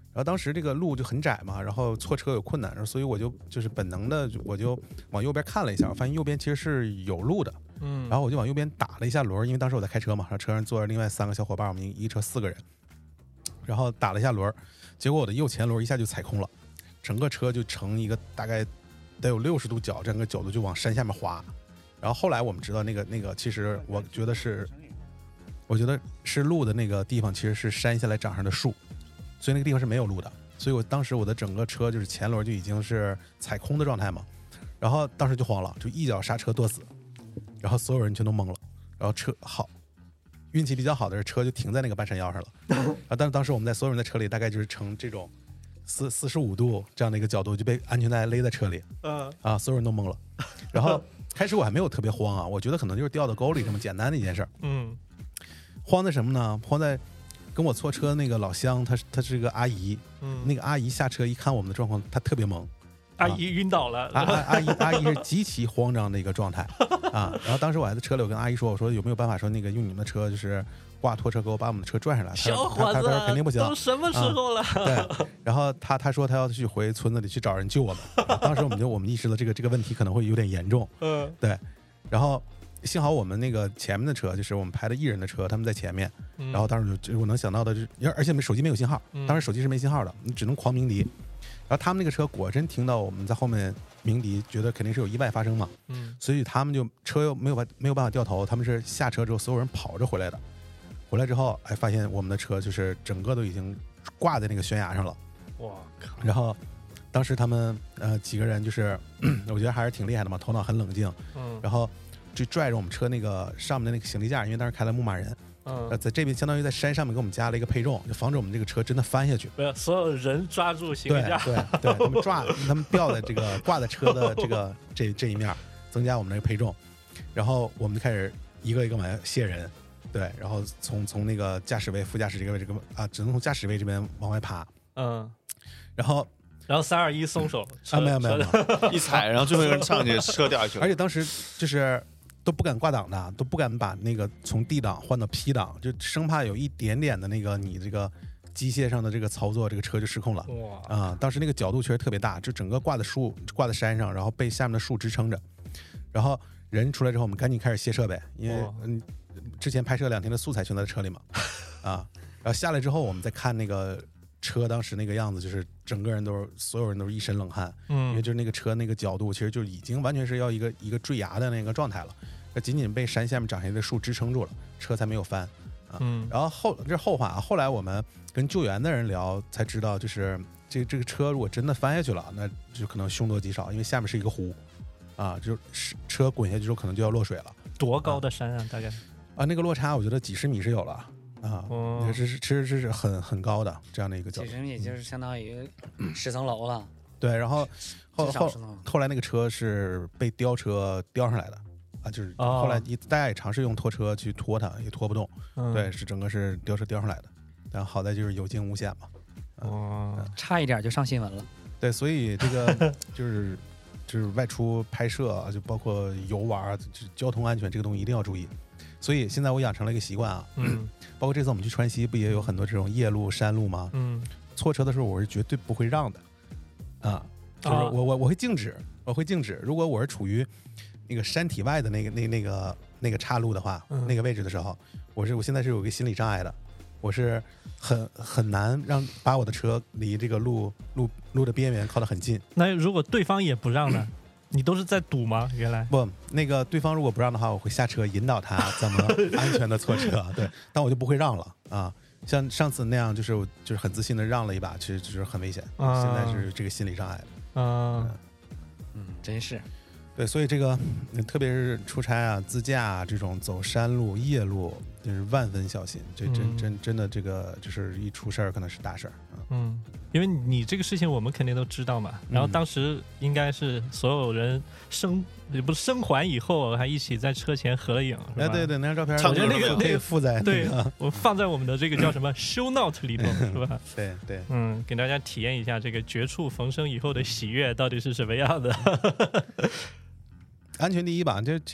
然后当时这个路就很窄嘛，然后错车有困难，所以我就就是本能的我就往右边看了一下，我发现右边其实是有路的， 嗯， 然后我就往右边打了一下轮，因为当时我在开车嘛，然后车上坐着另外三个小伙伴，我们一车四个人，然后打了一下轮，结果我的右前轮一下就踩空了，整个车就成一个大概得有六十度角，整个角度就往山下面滑。然后后来我们知道那个那个其实我觉得是我觉得是路的那个地方其实是山下来长上的树，所以那个地方是没有路的，所以我当时我的整个车就是前轮就已经是踩空的状态嘛，然后当时就慌了，就一脚刹车跺死，然后所有人全都懵了，然后车好运气比较好的是车就停在那个半山腰上了啊，但是当时我们在所有人在车里大概就是呈这种四四十五度这样的一个角度就被安全带勒在车里， 嗯啊，所有人都懵了，然后开始我还没有特别慌啊，我觉得可能就是掉到沟里这么简单的一件事儿， 嗯， 慌在什么呢？慌在跟我错车那个老乡，他他是个阿姨， 嗯， 那个阿姨下车一看我们的状况，她特别懵， 阿姨晕倒了， 阿阿阿姨阿姨是极其慌张的一个状态啊。然后当时我还在车里，我跟阿姨说，我说有没有办法说那个用你们的车就是挂拖车给我把我们的车拽上来？ 小伙子， 他说肯定不行， 都什么时候了？ 啊、对，然后他他说他要去回村子里去找人救我们。啊、当时我们就我们意识到这个这个问题可能会有点严重， 嗯， 对，然后。幸好我们那个前面的车，就是我们拍的艺人的车，他们在前面。 嗯、 然后当时就我能想到的，就而且手机没有信号，当时手机是没信号的，你只能狂鸣笛。然后他们那个车果真听到我们在后面鸣笛，觉得肯定是有意外发生嘛。 嗯， 所以他们就车又没有办没有办法掉头，他们是下车之后所有人跑着回来的。回来之后，哎，发现我们的车就是整个都已经挂在那个悬崖上了。 哇靠！ 然后当时他们呃几个人就是我觉得还是挺厉害的嘛，头脑很冷静。 嗯， 然后。就拽着我们车那个上面的那个行李架，因为当时开了牧马人， 嗯， 呃，在这边相当于在山上面给我们加了一个配重，就防止我们这个车真的翻下去。 没有，所有人抓住行李架， 对对对，他们抓，他们吊在这个挂在车的这个这这一面，增加我们那个配重，然后我们就开始一个一个往下卸人，对，然后从从那个驾驶位、副驾驶这个位置啊，只能从驾驶位这边往外爬， 嗯， 然后。 然后三二一松手啊，没有没有没有， 一踩，然后最后一个人上去，车掉下去了。 而且当时就是都不敢挂档的，都不敢把那个从 D 档换到 P 档，就生怕有一点点的那个你这个机械上的这个操作，这个车就失控了。哇啊！当时那个角度确实特别大，就整个挂在树挂在山上，然后被下面的树支撑着。然后人出来之后，我们赶紧开始卸设备，因为嗯，之前拍摄两天的素材全在车里嘛，啊，然后下来之后，我们再看那个。车当时那个样子，就是整个人都是，所有人都是一身冷汗，嗯，因为就是那个车那个角度，其实就已经完全是要一个一个坠崖的那个状态了，那仅仅被山下面长下来的树支撑住了，车才没有翻，啊，嗯，然后后这是后话啊，后来我们跟救援的人聊才知道，就是这这个车如果真的翻下去了，那就可能凶多吉少，因为下面是一个湖，啊，就是车滚下去之后可能就要落水了。 多高的山啊？大概啊，那个落差我觉得几十米是有了。啊，这是其实这是很很高的这样的一个角度， 几十米就是相当于十层楼了。 对，然后后后后来那个车是被吊车吊上来的啊，就是后来大家也尝试用拖车去拖它，也拖不动。嗯、对，是整个是吊车吊上来的，但好在就是有惊无险嘛。 哦、嗯，差一点就上新闻了。 对，所以这个就是就是外出拍摄，就包括游玩，就交通安全这个东西一定要注意。所以现在我养成了一个习惯啊，嗯，包括这次我们去川西不也有很多这种夜路山路吗？嗯，错车的时候我是绝对不会让的，啊，就是我我我会静止，我会静止。如果我是处于那个山体外的那个那那个那个岔路的话，嗯、那个位置的时候，我是我现在是有一个心理障碍的，我是很很难让把我的车离这个路路路的边缘靠得很近。 那如果对方也不让呢？你都是在赌吗？原来不，那个对方如果不让的话，我会下车引导他怎么安全的错车。对，但我就不会让了啊。像上次那样，就是我就是很自信的让了一把，其实就是很危险。啊、现在是这个心理障碍的。 啊，嗯，嗯真是。 对，所以这个特别是出差啊、自驾啊这种走山路、夜路，就是万分小心。这真、嗯、真真的这个就是一出事儿可能是大事儿。 嗯，因为你这个事情我们肯定都知道嘛。然后当时应该是所有人生也不是生还以后，还一起在车前合了影。 哎，对对，那张照片我觉得那个那个附在、那个、 对，我放在我们的这个叫什么 show note 里头，是吧？ 对对， 嗯，给大家体验一下这个绝处逢生以后的喜悦到底是什么样的。 安全第一吧，这其实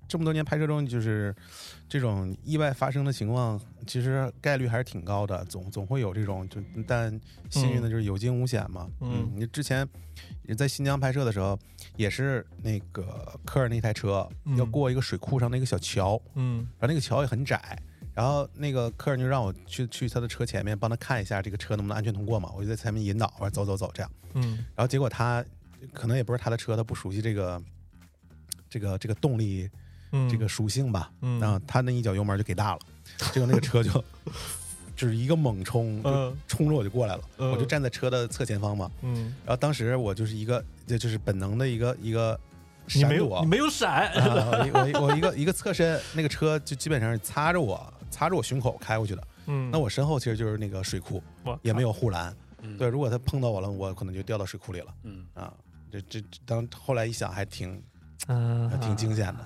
这么多年拍摄中，就是这种意外发生的情况，其实概率还是挺高的，总总会有这种，就但幸运的就是有惊无险嘛。 嗯， 你之前在新疆拍摄的时候，也是那个科尔那台车要过一个水库上的一个小桥， 嗯， 然后那个桥也很窄。然后那个客人就让我去去他的车前面帮他看一下这个车能不能安全通过嘛，我就在前面引导，我说走走走这样。 嗯， 然后结果他可能也不是他的车，他不熟悉这个这个这个动力、 嗯、 这个属性吧， 嗯， 然后他那一脚油门就给大了，结果那个车就就是一个猛冲，就冲着我就过来了， 嗯、 我就站在车的侧前方嘛， 嗯， 然后当时我就是一个这就是本能的一个一个。 你没有，你没有闪， 啊、我我我一个一个侧身，那个车就基本上是擦着我，擦着我胸口开过去的。 嗯， 那我身后其实就是那个水库，也没有护栏。 嗯、 对，如果他碰到我了，我可能就掉到水库里了。 嗯啊，这这当后来一想，还挺， 嗯、 呃，挺惊险的。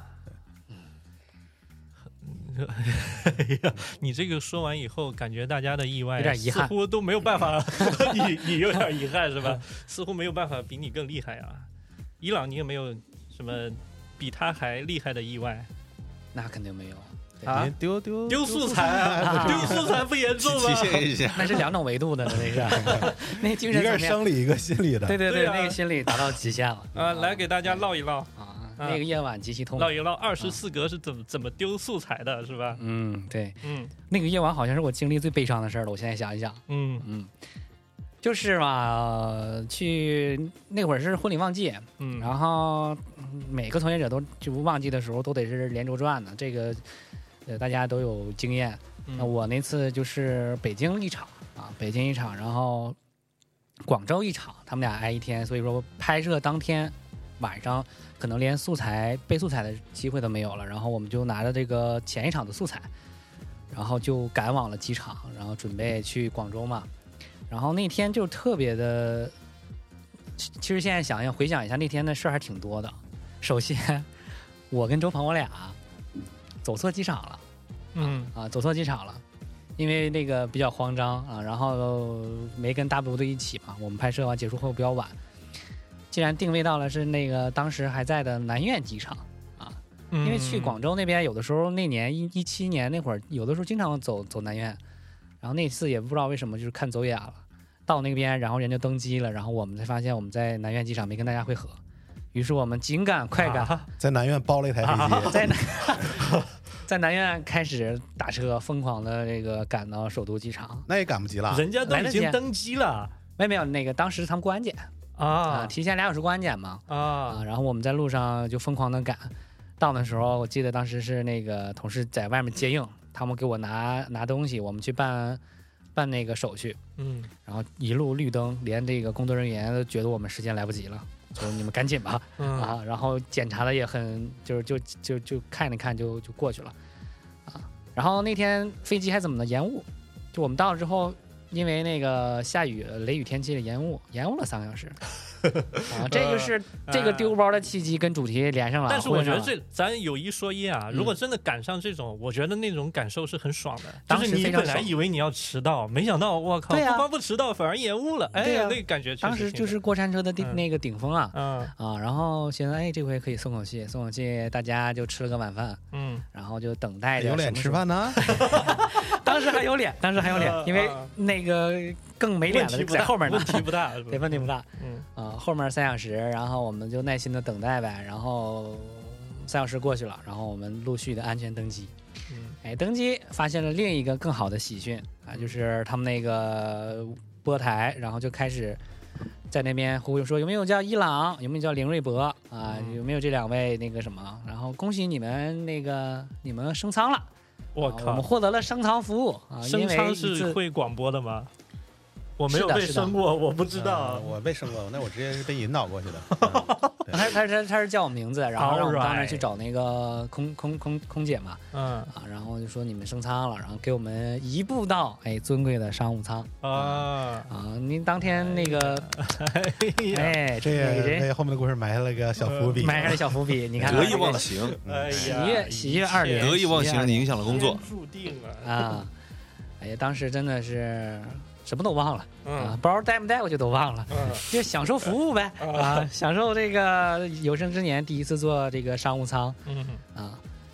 嗯，哎呀，你这个说完以后，感觉大家的意外有点遗憾， 似乎都没有办法。你你有点遗憾是吧？似乎没有办法比你更厉害啊。伊朗，你有没有什么比他还厉害的意外？ 那肯定没有啊！ 丢丢丢素材啊！丢素材不严重吗？ 体现一下， 那是两种维度的，那是那精神一个是生理，一个心理的。 对对对， 对啊、 那个心理达到极限了啊！来给大家唠一唠啊，那个夜晚极其痛苦。 唠一唠二十四格是怎么、啊、怎么丢素材的，是吧？ 嗯，对， 嗯， 那个夜晚好像是我经历最悲伤的事儿了。我现在想一想， 嗯嗯。就是嘛、呃，去那会儿是婚礼旺季， 嗯， 然后每个从业者都就旺季的时候都得是连轴转的，这个呃大家都有经验。 嗯、 那我那次就是北京一场啊，北京一场，然后广州一场，他们俩挨一天，所以说拍摄当天晚上可能连素材背素材的机会都没有了，然后我们就拿着这个前一场的素材，然后就赶往了机场，然后准备去广州嘛。然后那天就特别的，其实现在想想回想一下，那天的事儿还挺多的。首先，我跟周鹏我俩走错机场了， 嗯啊，走错机场了，因为那个比较慌张啊，然后没跟大部队一起嘛。我们拍摄完结束后比较晚，既然定位到了是那个当时还在的南苑机场啊，因为去广州那边有的时候那年一一七年那会儿，有的时候经常走走南苑，然后那次也不知道为什么就是看走眼了。到那边，然后人就登机了，然后我们才发现我们在南苑机场没跟大家会合，于是我们紧赶快赶， 啊、 在南苑包了一台飞机， 啊、在南在南苑开始打车，疯狂的这个赶到首都机场。 那也赶不及了， 人家都已经登机了。 没有没有，那个当时他们过安检啊、 啊，提前俩小时过安检嘛啊啊，然后我们在路上就疯狂的赶，到的时候我记得当时是那个同事在外面接应，他们给我拿拿东西，我们去办。办那个手续， 嗯， 然后一路绿灯，连这个工作人员都觉得我们时间来不及了，就你们赶紧吧， 嗯、 啊，然后检查的也很，就是就就就看一看就就过去了，啊，然后那天飞机还怎么呢？延误，就我们到了之后，因为那个下雨雷雨天气的延误，延误了三个小时。啊，这就是这个丢包的契机跟主题连上了。 但是我觉得这咱有一说一啊，如果真的赶上这种，我觉得那种感受是很爽的。就是你本来以为你要迟到，没想到我靠，不光不迟到，反而延误了。哎呀，那个感觉当时就是过山车的顶那个顶峰啊，啊，然后现在哎这回可以松口气，松口气，大家就吃了个晚饭， 嗯， 然后就等待着有脸吃饭呢。 当时还有脸，当时还有脸，因为那个更没脸的在后面呢， 问题不大， 对，问题不大， 嗯啊，后面三小时，然后我们就耐心的等待呗，然后三小时过去了，然后我们陆续的安全登机， 嗯， 哎，登机发现了另一个更好的喜讯啊，就是他们那个播台，然后就开始在那边呼吁说有没有叫伊朗，有没有叫林瑞博啊，有没有这两位那个什么，然后恭喜你们那个你们升舱了。 我靠、 啊！我们获得了升舱服务啊！ 升舱是会广播的吗？我没有被升过，我不知道。 呃、我被升过，那我直接是被引导过去的。 嗯、他他他他是叫我名字，然后让我们当时去找那个空空空空姐嘛， 嗯啊，然后就说你们升舱了，然后给我们移步到哎尊贵的商务舱啊啊！您当天那个哎， 这个为后面的故事埋下了个小伏笔， 埋下了小伏笔。你看， 得意忘形， 哎呀， 喜悦喜悦二连， 得意忘形影响了工作， 注定了啊！哎呀，当时真的是。什么都忘了， 嗯、 啊，包带没带过去都忘了， 嗯、 就享受服务呗，啊，享受这个有生之年第一次坐这个商务舱， 嗯啊，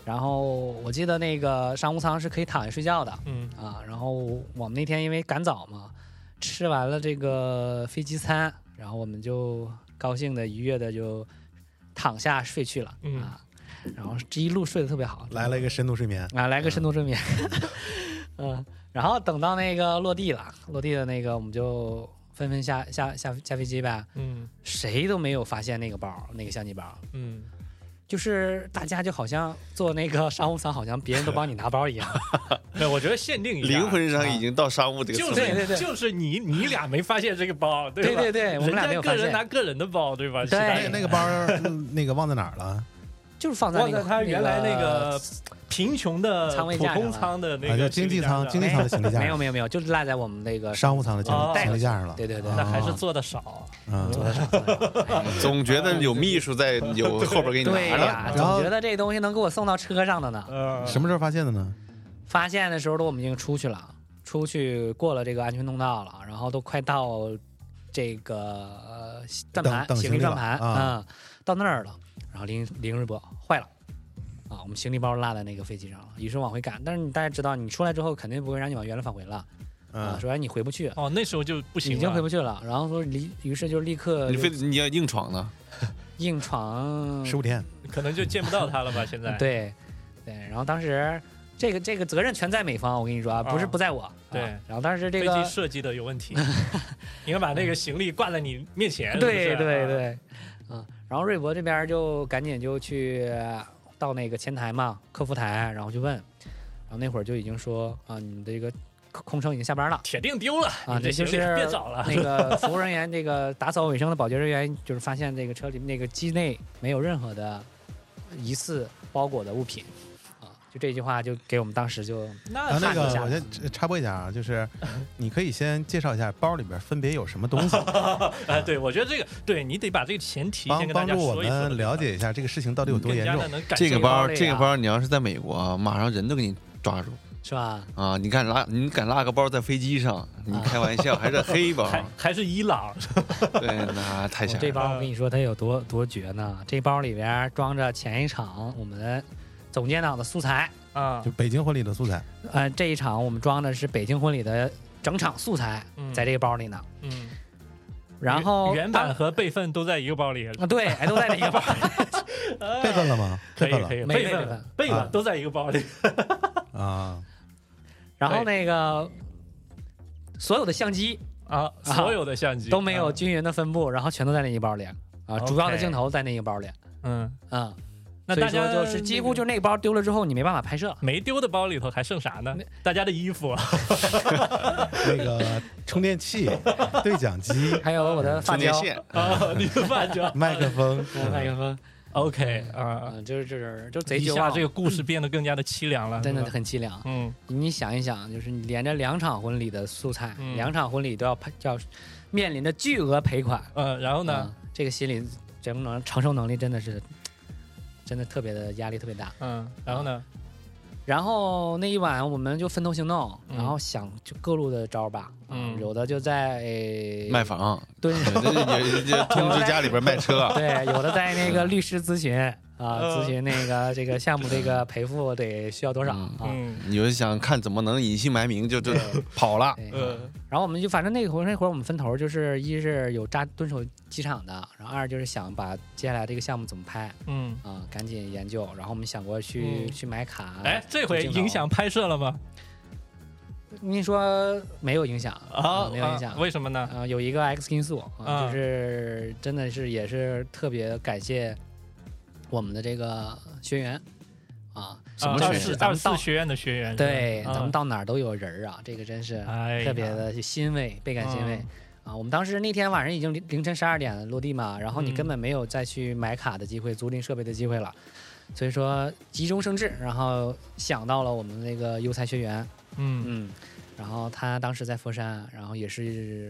然后我记得那个商务舱是可以躺下睡觉的， 嗯啊，然后我们那天因为赶早嘛，吃完了这个飞机餐，然后我们就高兴的愉悦的就躺下睡去了， 嗯啊，然后这一路睡得特别好， 来了一个深度睡眠啊，来个深度睡眠，嗯，然后等到那个落地了，落地的那个我们就纷纷下下下下飞机呗， 嗯谁都没有发现那个包，那个相机包。 嗯， 就是大家就好像坐那个商务舱，好像别人都帮你拿包一样。 对，我觉得限定一下灵魂上已经到商务这个就层面。 对对对是就是你你俩没发现这个包，对吧？ 对对对，我们俩没有发人家个人现， 拿个人的包，对吧？ 对那那个包嗯那个忘在哪儿了？ 就是放在忘那个在他原来那个贫穷的舱位普通架上了啊， 舱的那个就经济舱，经济济舱的行李架没有没有没有，就是落在我们那个商务舱的行哦李行李架上了。 对对对， 那还是哦做的少。 嗯， 做的少。做得少哎总觉得有秘书在有后边给你拿着。 对呀， 然后总觉得这东西能给我送到车上的呢。 呃， 什么时候发现的呢？ 发现的时候都我们已经出去了，出去过了这个安全通道了，然后都快到这个呃转盘等等行李了行李转盘啊嗯，到那儿了，然后临临日播坏了。啊，我们行李包落在那个飞机上了，于是往回赶。但是你大家知道，你出来之后肯定不会让你往原来返回了，啊， 嗯， 说哎你回不去， 哦，那时候就不行了， 已经回不去了。然后说离，于是就立刻你就非得你要硬闯呢？ 硬闯十五天， 可能就见不到他了吧？现在对，对，然后当时这个这个责任全在美方，我跟你说啊，不是啊不在我。 对啊然后当时这飞个机设计的有问题，应该把那个行李挂在你面前。 对是不是啊， 对对，嗯，然后瑞博这边就赶紧就去到那个前台嘛，客服台，然后就问，然后那会儿就已经说啊，你们的这个空空乘已经下班了。 铁定丢了啊， 你这行李就是别找了。 那个服务人员，这个打扫卫生的保洁人员，就是发现这个车里那个机内没有任何的疑似包裹的物品，啊，就这句话就给我们当时就那啊，那个看一下我先插播一下啊，就是你可以先介绍一下包里边分别有什么东西， 哎，对，我觉得这个，对你得把这个前提先帮跟大家帮助我说一说， 们了解一下这个事情到底有多严重更加的。能感受这个包， 包里啊这个包，你要是在美国啊，马上人都给你抓住是吧？ 啊！你敢拉，你敢拉个包在飞机上？你开玩笑，还是黑包？ 还还是伊朗， 对，那太吓我这人了。 包我跟你说它有多多绝呢？这包里边装着前一场我们总监党的素材， 啊就，北京婚礼的素材， 呃，这一场我们装的是北京婚礼的整场素材， 嗯在这个包里呢。 嗯， 然后原版和备份都在一个包里， 啊，对，哎，都在这一个包里。 备份了吗？备份了可以可以，备份没备份备啊份都在一个包里， 啊， 然后那个所有的相机啊，所有的相机都没有啊均匀的分布，然后全都在那一包里啊， OK 主要的镜头在那一包里， 嗯， 嗯，所以那大家说就是几乎就那个包丢了之后，你没办法拍摄。 没丢的包里头还剩啥呢？大家的衣服， 那个充电器、对讲机、 还有我的发胶， 充电线， 啊，你的饭就麦克风， 嗯麦克风， OK 啊， 嗯，就是就是就贼一绝望， 下这个故事变得更加的凄凉了， 真的是吧很凄凉。 嗯你想一想，就是你连着两场婚礼的素材， 嗯两场婚礼都要赔，要面临着巨额赔款。 呃，然后呢， 嗯这个心理承能承受能力真的是，真的特别的压力特别大。 嗯，然后呢， 然后那一晚我们就分头行动， 嗯然后想就各路的招儿吧。 嗯有的就在卖房， 蹲， 也也通知家里边卖车。 对，有的在那个律师咨询啊， 嗯咨询那个这个项目这个赔付得需要多少嗯啊？ 嗯有人想看怎么能隐姓埋名，就就对跑了。 对。 呃然后我们就反正那会儿那会儿我们分头，就是一是有扎蹲守机场的，然后二就是想把接下来这个项目怎么拍嗯， 啊，赶紧研究。然后我们想过去、 嗯去买卡。 哎，这回影响拍摄了吗？ 你说没有影响啊， 没有影响啊。为什么呢？ 啊，有一个 X 因素啊， 啊就是真的是也是特别感谢我们的这个学员啊， 啊二什么学员四二咱们到四学院的学员， 对， 啊咱们到哪儿都有人儿啊，这个真是哎呀特别的欣慰，倍感欣慰。啊，我们当时那天晚上已经凌凌晨十二点落地嘛，然后你嗯根本没有再去买卡的机会、租赁设备的机会了，所以说急中生智，然后想到了我们那个优才学员， 嗯嗯，然后他当时在佛山，然后也是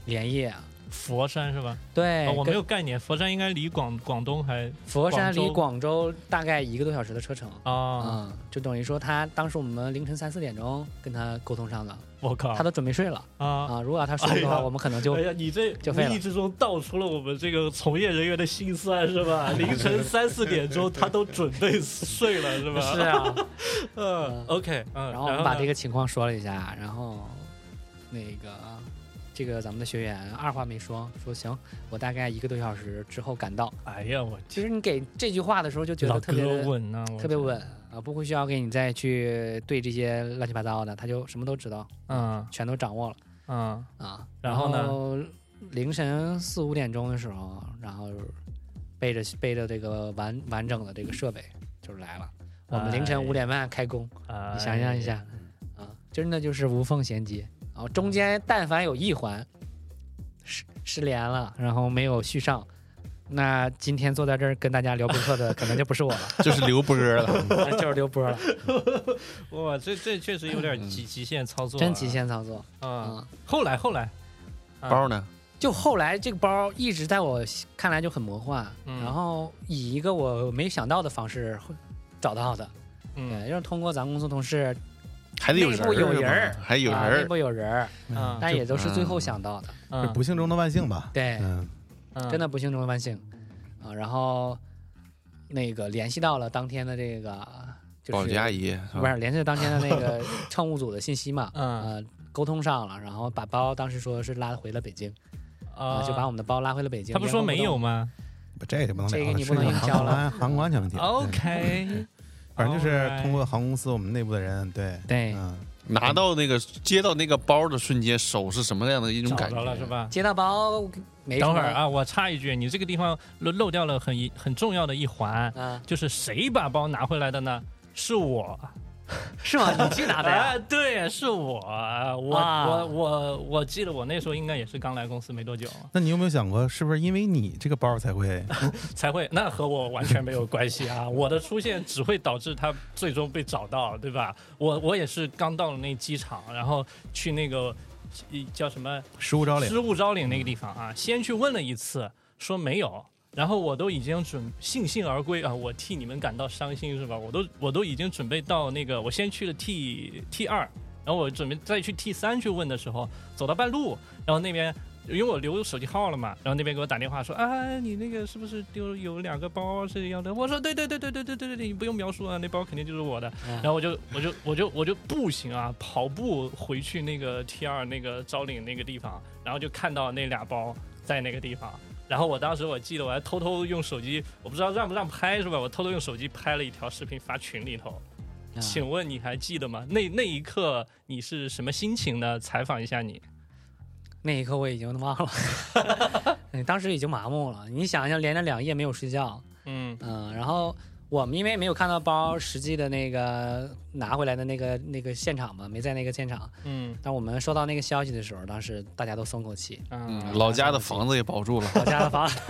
连夜。 佛山是吧？ 对、 哦，我没有概念，佛山应该离广广东还佛山离广州广州大概一个多小时的车程啊、 嗯，就等于说他当时我们凌晨三四点钟跟他沟通上的， 我靠， 他都准备睡了啊啊！如果要他睡的话， 哎呀我们可能就哎呀，你这就废了无意之中道出了我们这个从业人员的辛酸是吧？凌晨三四点钟他都准备睡了是吧？ 是啊， 嗯，OK，嗯， 然后我们把这个个情况说了一下，然后那个这个咱们的学员二话没说，说行，我大概一个多小时之后赶到。 哎呀，我其实你给这句话的时候就觉老得特别哥稳呐， 特别稳啊，不会需要给你再去对这些乱七八糟的，他就什么都知道， 嗯全都掌握了嗯啊。 然后呢后凌晨四五点钟的时候，然后背着背着这个完完整的这个设备就是来了。我们凌晨五点半开工， 哎你想象一下啊，真的就是无缝衔接。然后中间但凡有一环失失联了，然后没有续上，那今天坐在这儿跟大家聊播客的可能就不是我了， 就是刘波了。 就是刘波了， 哇，这这确实有点极极限操作啊， 真极限操作啊。 啊！ 后来后来啊包呢？ 就后来这个包一直在我看来就很魔幻， 嗯然后以一个我没想到的方式找到的， 嗯对，就是通过咱们公司同事还得有人内部有人儿儿， 还有人儿。 啊内部有人儿， 嗯但也都是最后想到的， 嗯是不幸中的万幸吧？ 对， 嗯， 嗯真的不幸中的万幸啊。然后那个联系到了当天的这个就是保洁阿姨是吧？ 不是联系到当天的那个乘务组的信息嘛， 嗯呃，沟通上了，然后把包当时说是拉回了北京，啊， 啊， 就把我们的包拉回了北京。 他不是说没有吗不这个不能聊了， 这个你不能是硬敲了航空安航空安全问题。对 ？OK， 反正就是通 Alright 过航空公司我们内部的人，对对嗯， 拿到那个接到那个包的瞬间，手是什么样的一种找感觉？ 着了是吧？ 接到包没什么等会儿啊，我插一句，你这个地方漏漏掉了很一很重要的一环， 啊， 就是谁把包拿回来的呢？是我。 是吗？你去拿的呀？ 啊，对，是我，我、 啊我我我记得我那时候应该也是刚来公司没多久， 那你有没有想过，是不是因为你这个包才会？ 才会，那和我完全没有关系啊！我的出现只会导致他最终被找到，对吧？我我也是刚到了那机场，然后去那个叫什么失物招领失物招领那个地方啊，先去问了一次，说没有。然后我都已经准悻悻而归啊！我替你们感到伤心是吧？我都我都已经准备到那个，我先去了 T T 二，然后我准备再去 T 三去问的时候，走到半路，然后那边因为我留手机号了嘛，然后那边给我打电话说啊，你那个是不是丢有两个包是一样的？我说对对对对对对对对，你不用描述啊，那包肯定就是我的。然后我就我就我就我就步行啊，跑步回去那个 T 二那个招领那个地方，然后就看到那俩包在那个地方。然后我当时我记得我还偷偷用手机，我不知道让不让拍是吧？我偷偷用手机拍了一条视频发群里头。 啊请问你还记得吗？那那一刻你是什么心情呢？采访一下你。 那一刻我已经忘了，嗯当时已经麻木了。你想想，连着两夜没有睡觉， 嗯嗯，然后我们因为没有看到包实际的那个拿回来的那个那个现场嘛，没在那个现场。 嗯但我们收到那个消息的时候，当时大家都松口气。 嗯嗯，老家的房子也保住了。 老家的房，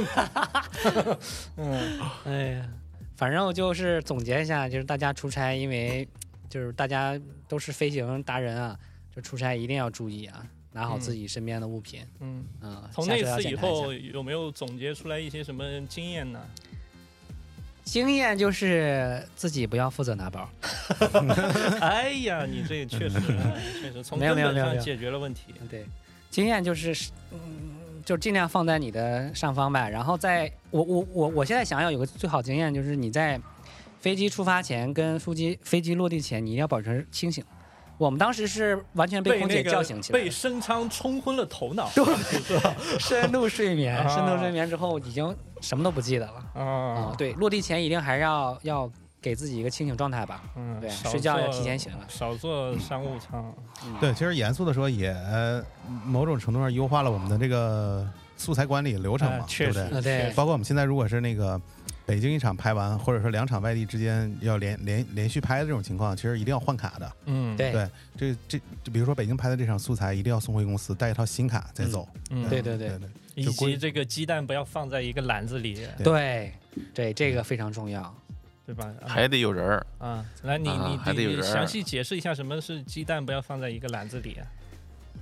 嗯哎呀，反正我就是总结一下，就是大家出差，因为就是大家都是飞行达人啊，就出差一定要注意啊，拿好自己身边的物品。 嗯。 嗯， 从下车那次以要检查一下后，有没有总结出来一些什么经验呢？ 经验就是自己不要负责拿包。 哎呀，你这确实哎确实从没有根没有没有没有本上解决了问题。 对，经验就是，嗯，就尽量放在你的上方吧。然后在我我我我现在想要有个最好经验，就是你在飞机出发前跟飞机飞机落地前，你一定要保持清醒。我们当时是完全被空姐那个叫醒起来被升舱冲昏了头脑。 深度睡眠， 啊深度睡眠之后已经什么都不记得了啊、 啊， 对，落地前一定还是要要给自己一个清醒状态吧。 嗯， 对少睡觉要坐提前醒了少坐商务舱。 对，其实严肃的说，也某种程度上优化了我们的这个素材管理流程嘛， 哎确实对不对？ 呃，对， 包括我们现在如果是那个北京一场拍完，或者说两场外地之间要连连连续拍的这种情况，其实一定要换卡的。 嗯， 对对，这这就比如说北京拍的这场素材，一定要送回公司，带一套新卡再走。 嗯， 对对对对对， 以就归及这个鸡蛋不要放在一个篮子里， 对对对，这个非常重要。 对吧？啊还得有人儿。 啊，来你啊你你你还得有人儿详细解释一下什么是鸡蛋不要放在一个篮子里啊？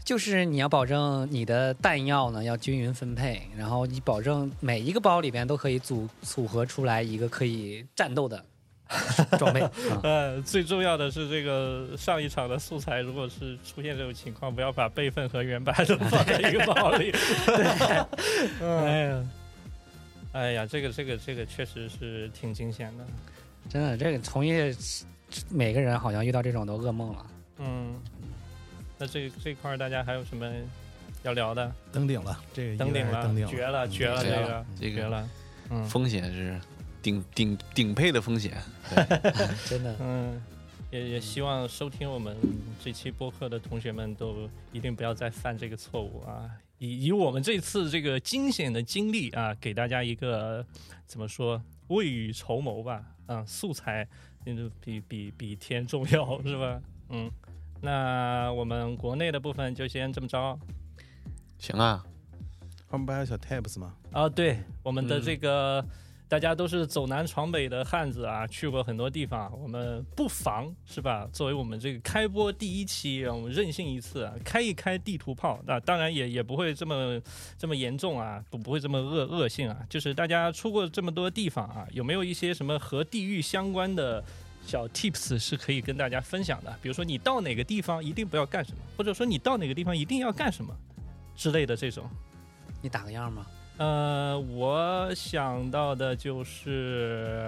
就是你要保证你的弹药呢要均匀分配，然后你保证每一个包里边都可以组组合出来一个可以战斗的装备。嗯、 呃，最重要的是这个上一场的素材，如果是出现这种情况，不要把备份和原版都放在一个包里。对，嗯、哎呀，哎呀，这个这个这个确实是挺惊险的。 真的，这个从业每个人好像遇到这种都噩梦了。 嗯。那这这块大家还有什么要聊的？ 登顶了，这个登顶了， 登顶绝了，绝了，这个这个绝了，嗯， 风险是顶顶顶配的风险， 真的， 嗯，也也希望收听我们这期播客的同学们都一定不要再犯这个错误啊！以以我们这次这个惊险的经历啊，给大家一个怎么说未雨绸缪吧，啊，素材那比比比天重要是吧？嗯。那我们国内的部分就先这么着， 行啊。 后面不还有小 tips 吗？ 啊，对，我们的这个、嗯、大家都是走南闯北的汉子啊，去过很多地方，我们不妨是吧？作为我们这个开播第一期，让我们任性一次、啊，开一开地图炮。那当然也也不会这么这么严重啊，不不会这么恶恶性啊。就是大家出过这么多地方啊，有没有一些什么和地域相关的小 tips 是可以跟大家分享的？比如说你到哪个地方一定不要干什么，或者说你到哪个地方一定要干什么之类的这种。 你打个样吗？ 呃，我想到的就是，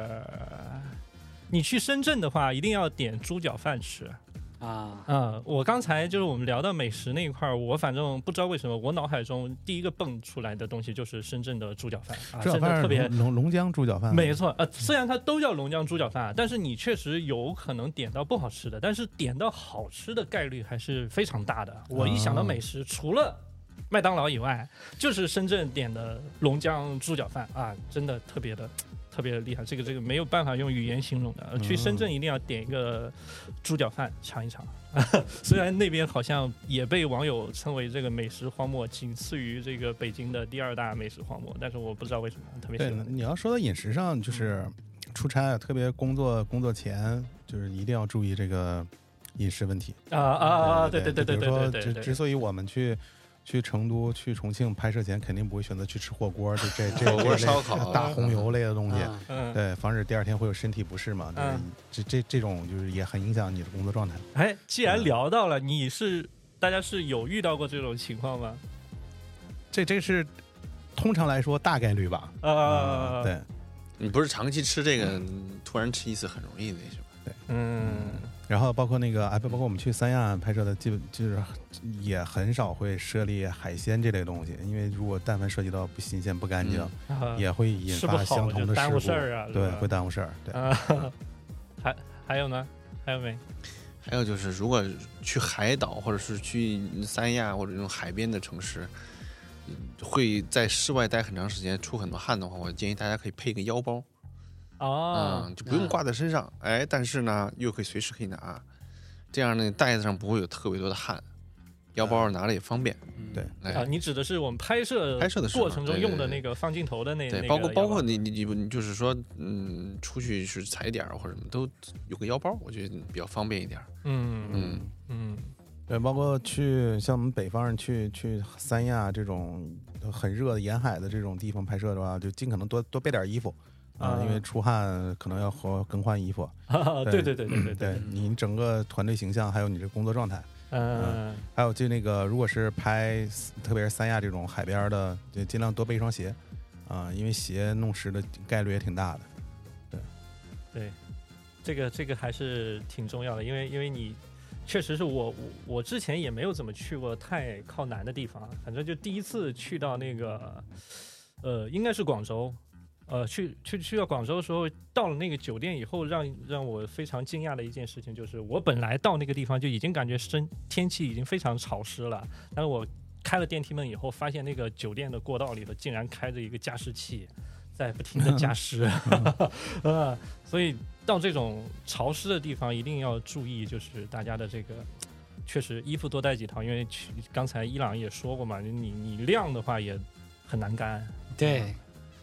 你去深圳的话，一定要点猪脚饭吃。 啊， 嗯，我刚才就是我们聊到美食那一块，我反正不知道为什么，我脑海中第一个蹦出来的东西就是深圳的猪脚饭啊， 猪脚饭特别龙龙江猪脚饭， 没错，呃，虽然它都叫龙江猪脚饭，但是你确实有可能点到不好吃的，但是点到好吃的概率还是非常大的。我一想到美食，啊、除了麦当劳以外，就是深圳点的龙江猪脚饭啊，真的特别的。特别厉害，这个这个没有办法用语言形容的。去深圳一定要点一个猪脚饭尝一尝，虽然那边好像也被网友称为这个美食荒漠，仅次于这个北京的第二大美食荒漠，但是我不知道为什么特别喜欢。 对，你要说到饮食上，就是出差啊，特别工作工作前，就是一定要注意这个饮食问题啊啊啊！对对对对对对对。 比如说，之所以我们去。去成都、去重庆拍摄前，肯定不会选择去吃火锅，这这这火锅烧烤、 大红油类的东西， 嗯、 对，防止第二天会有身体不适嘛。 嗯、 这这这种就是也很影响你的工作状态。 哎，既然聊到了，你是大家是有遇到过这种情况吗？ 这这是通常来说大概率吧。 啊、呃， 对， 你不是长期吃这个，嗯、突然吃一次很容易的，是吧？ 对， 嗯。 然后包括那个，哎，包括我们去三亚拍摄的，基本就是也很少会涉猎海鲜这类东西，因为如果但凡涉及到不新鲜、不干净， 嗯、 也会引发相同的事故。事啊， 对，会耽误事儿。对， 啊、还还有呢？还有没？ 还有就是，如果去海岛或者是去三亚或者这种海边的城市，会在室外待很长时间、出很多汗的话，我建议大家可以配个腰包。 哦， 嗯，就不用挂在身上，啊、哎，但是呢，又可以随时可以拿，这样呢，袋子上不会有特别多的汗，腰包拿了也方便。 嗯、对， 哎、 啊，你指的是我们拍摄拍摄的过程中用的那个放镜头的那， 对， 那包括包括你你你就是说，嗯，出去是踩点或者什么都有个腰包，我觉得比较方便一点。 嗯嗯嗯， 对，包括去像我们北方人去去三亚这种很热的沿海的这种地方拍摄的话，就尽可能多多备点衣服。啊，因为出汗可能要和更换衣服。 啊、对对对对对对，你整个团队形象还有你这工作状态。 嗯、 呃，还有就那个，如果是拍，特别是三亚这种海边的，就尽量多备一双鞋，啊、呃，因为鞋弄湿的概率也挺大的。对， 对，这个这个还是挺重要的，因为因为你确实是我我我之前也没有怎么去过太靠南的地方，反正就第一次去到那个，呃，应该是广州。呃，去去去到广州的时候，到了那个酒店以后，让让我非常惊讶的一件事情就是，我本来到那个地方就已经感觉身天气已经非常潮湿了，但是我开了电梯门以后，发现那个酒店的过道里头竟然开着一个加湿器，在不停的加湿，呃，所以到这种潮湿的地方一定要注意，就是大家的这个。确实，衣服多带几套，因为刚才伊朗也说过嘛，你你晾的话也很难干。 对。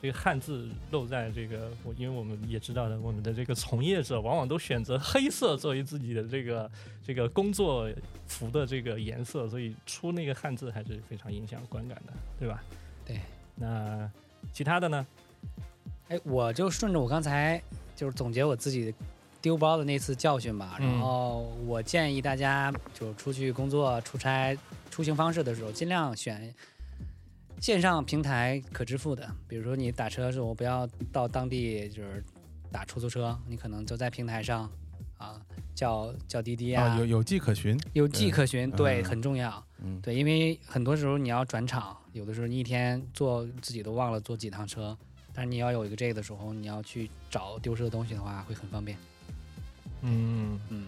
这个汉字露在这个，我因为我们也知道的，我们的这个从业者往往都选择黑色作为自己的这个这个工作服的这个颜色，所以出那个汉字还是非常影响观感的，对吧？ 对。 那其他的呢？ 哎，我就顺着我刚才就是总结我自己丢包的那次教训吧， 嗯、 然后我建议大家就出去工作、出差、出行方式的时候，尽量选线上平台可支付的。比如说你打车的时候，不要到当地就是打出租车，你可能就在平台上啊叫叫滴滴啊， 啊有有迹可循， 有迹可循，对， 嗯、 很重要。 嗯， 对，因为很多时候你要转场，有的时候你一天坐自己都忘了坐几趟车，但是你要有一个这个的时候，你要去找丢失的东西的话，会很方便。 嗯嗯，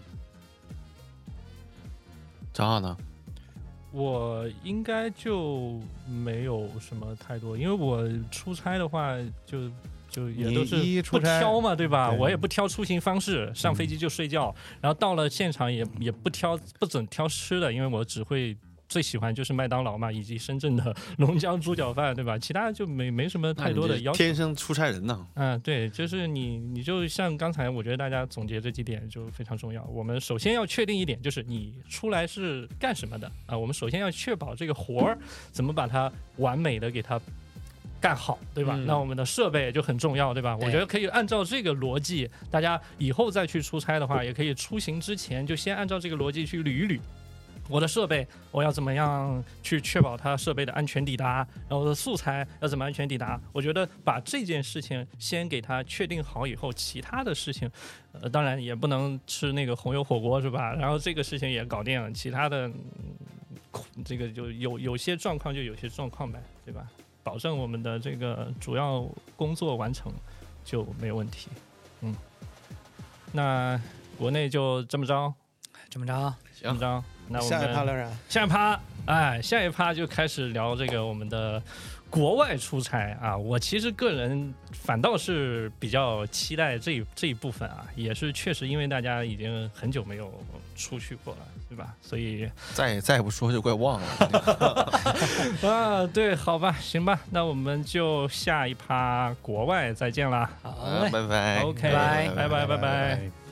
张浩呢？ 我应该就没有什么太多，因为我出差的话就就也都是不挑嘛，对吧？ 对我也不挑出行方式，上飞机就睡觉，嗯、然后到了现场也也不挑，不准挑吃的，因为我只会。最喜欢就是麦当劳嘛，以及深圳的龙江猪脚饭，对吧？其他就没没什么太多的要求。 天生出差人呢？ 嗯，对，就是你，你就像刚才，我觉得大家总结这几点就非常重要。我们首先要确定一点，就是你出来是干什么的啊？我们首先要确保这个活儿怎么把它完美的给它干好，对吧？嗯、那我们的设备就很重要，对吧？我觉得可以按照这个逻辑，大家以后再去出差的话，也可以出行之前就先按照这个逻辑去捋一捋。我的设备我要怎么样去确保它设备的安全抵达，然后我的素材要怎么安全抵达，我觉得把这件事情先给它确定好以后，其他的事情呃，当然也不能吃那个红油火锅是吧，然后这个事情也搞定了，其他的、嗯、这个就有有些状况就有些状况呗，对吧？保证我们的这个主要工作完成就没有问题。嗯，那国内就这么着这么着这么着，那我们下一趴聊啥？ 下一趴，哎，下一趴就开始聊这个我们的国外出差啊。我其实个人反倒是比较期待这一这一部分啊，也是确实因为大家已经很久没有出去过了，对吧？所以再再不说就怪忘了啊。对，好吧，行吧，那我们就下一趴国外再见啦。 好， 拜拜。 OK，拜拜拜拜。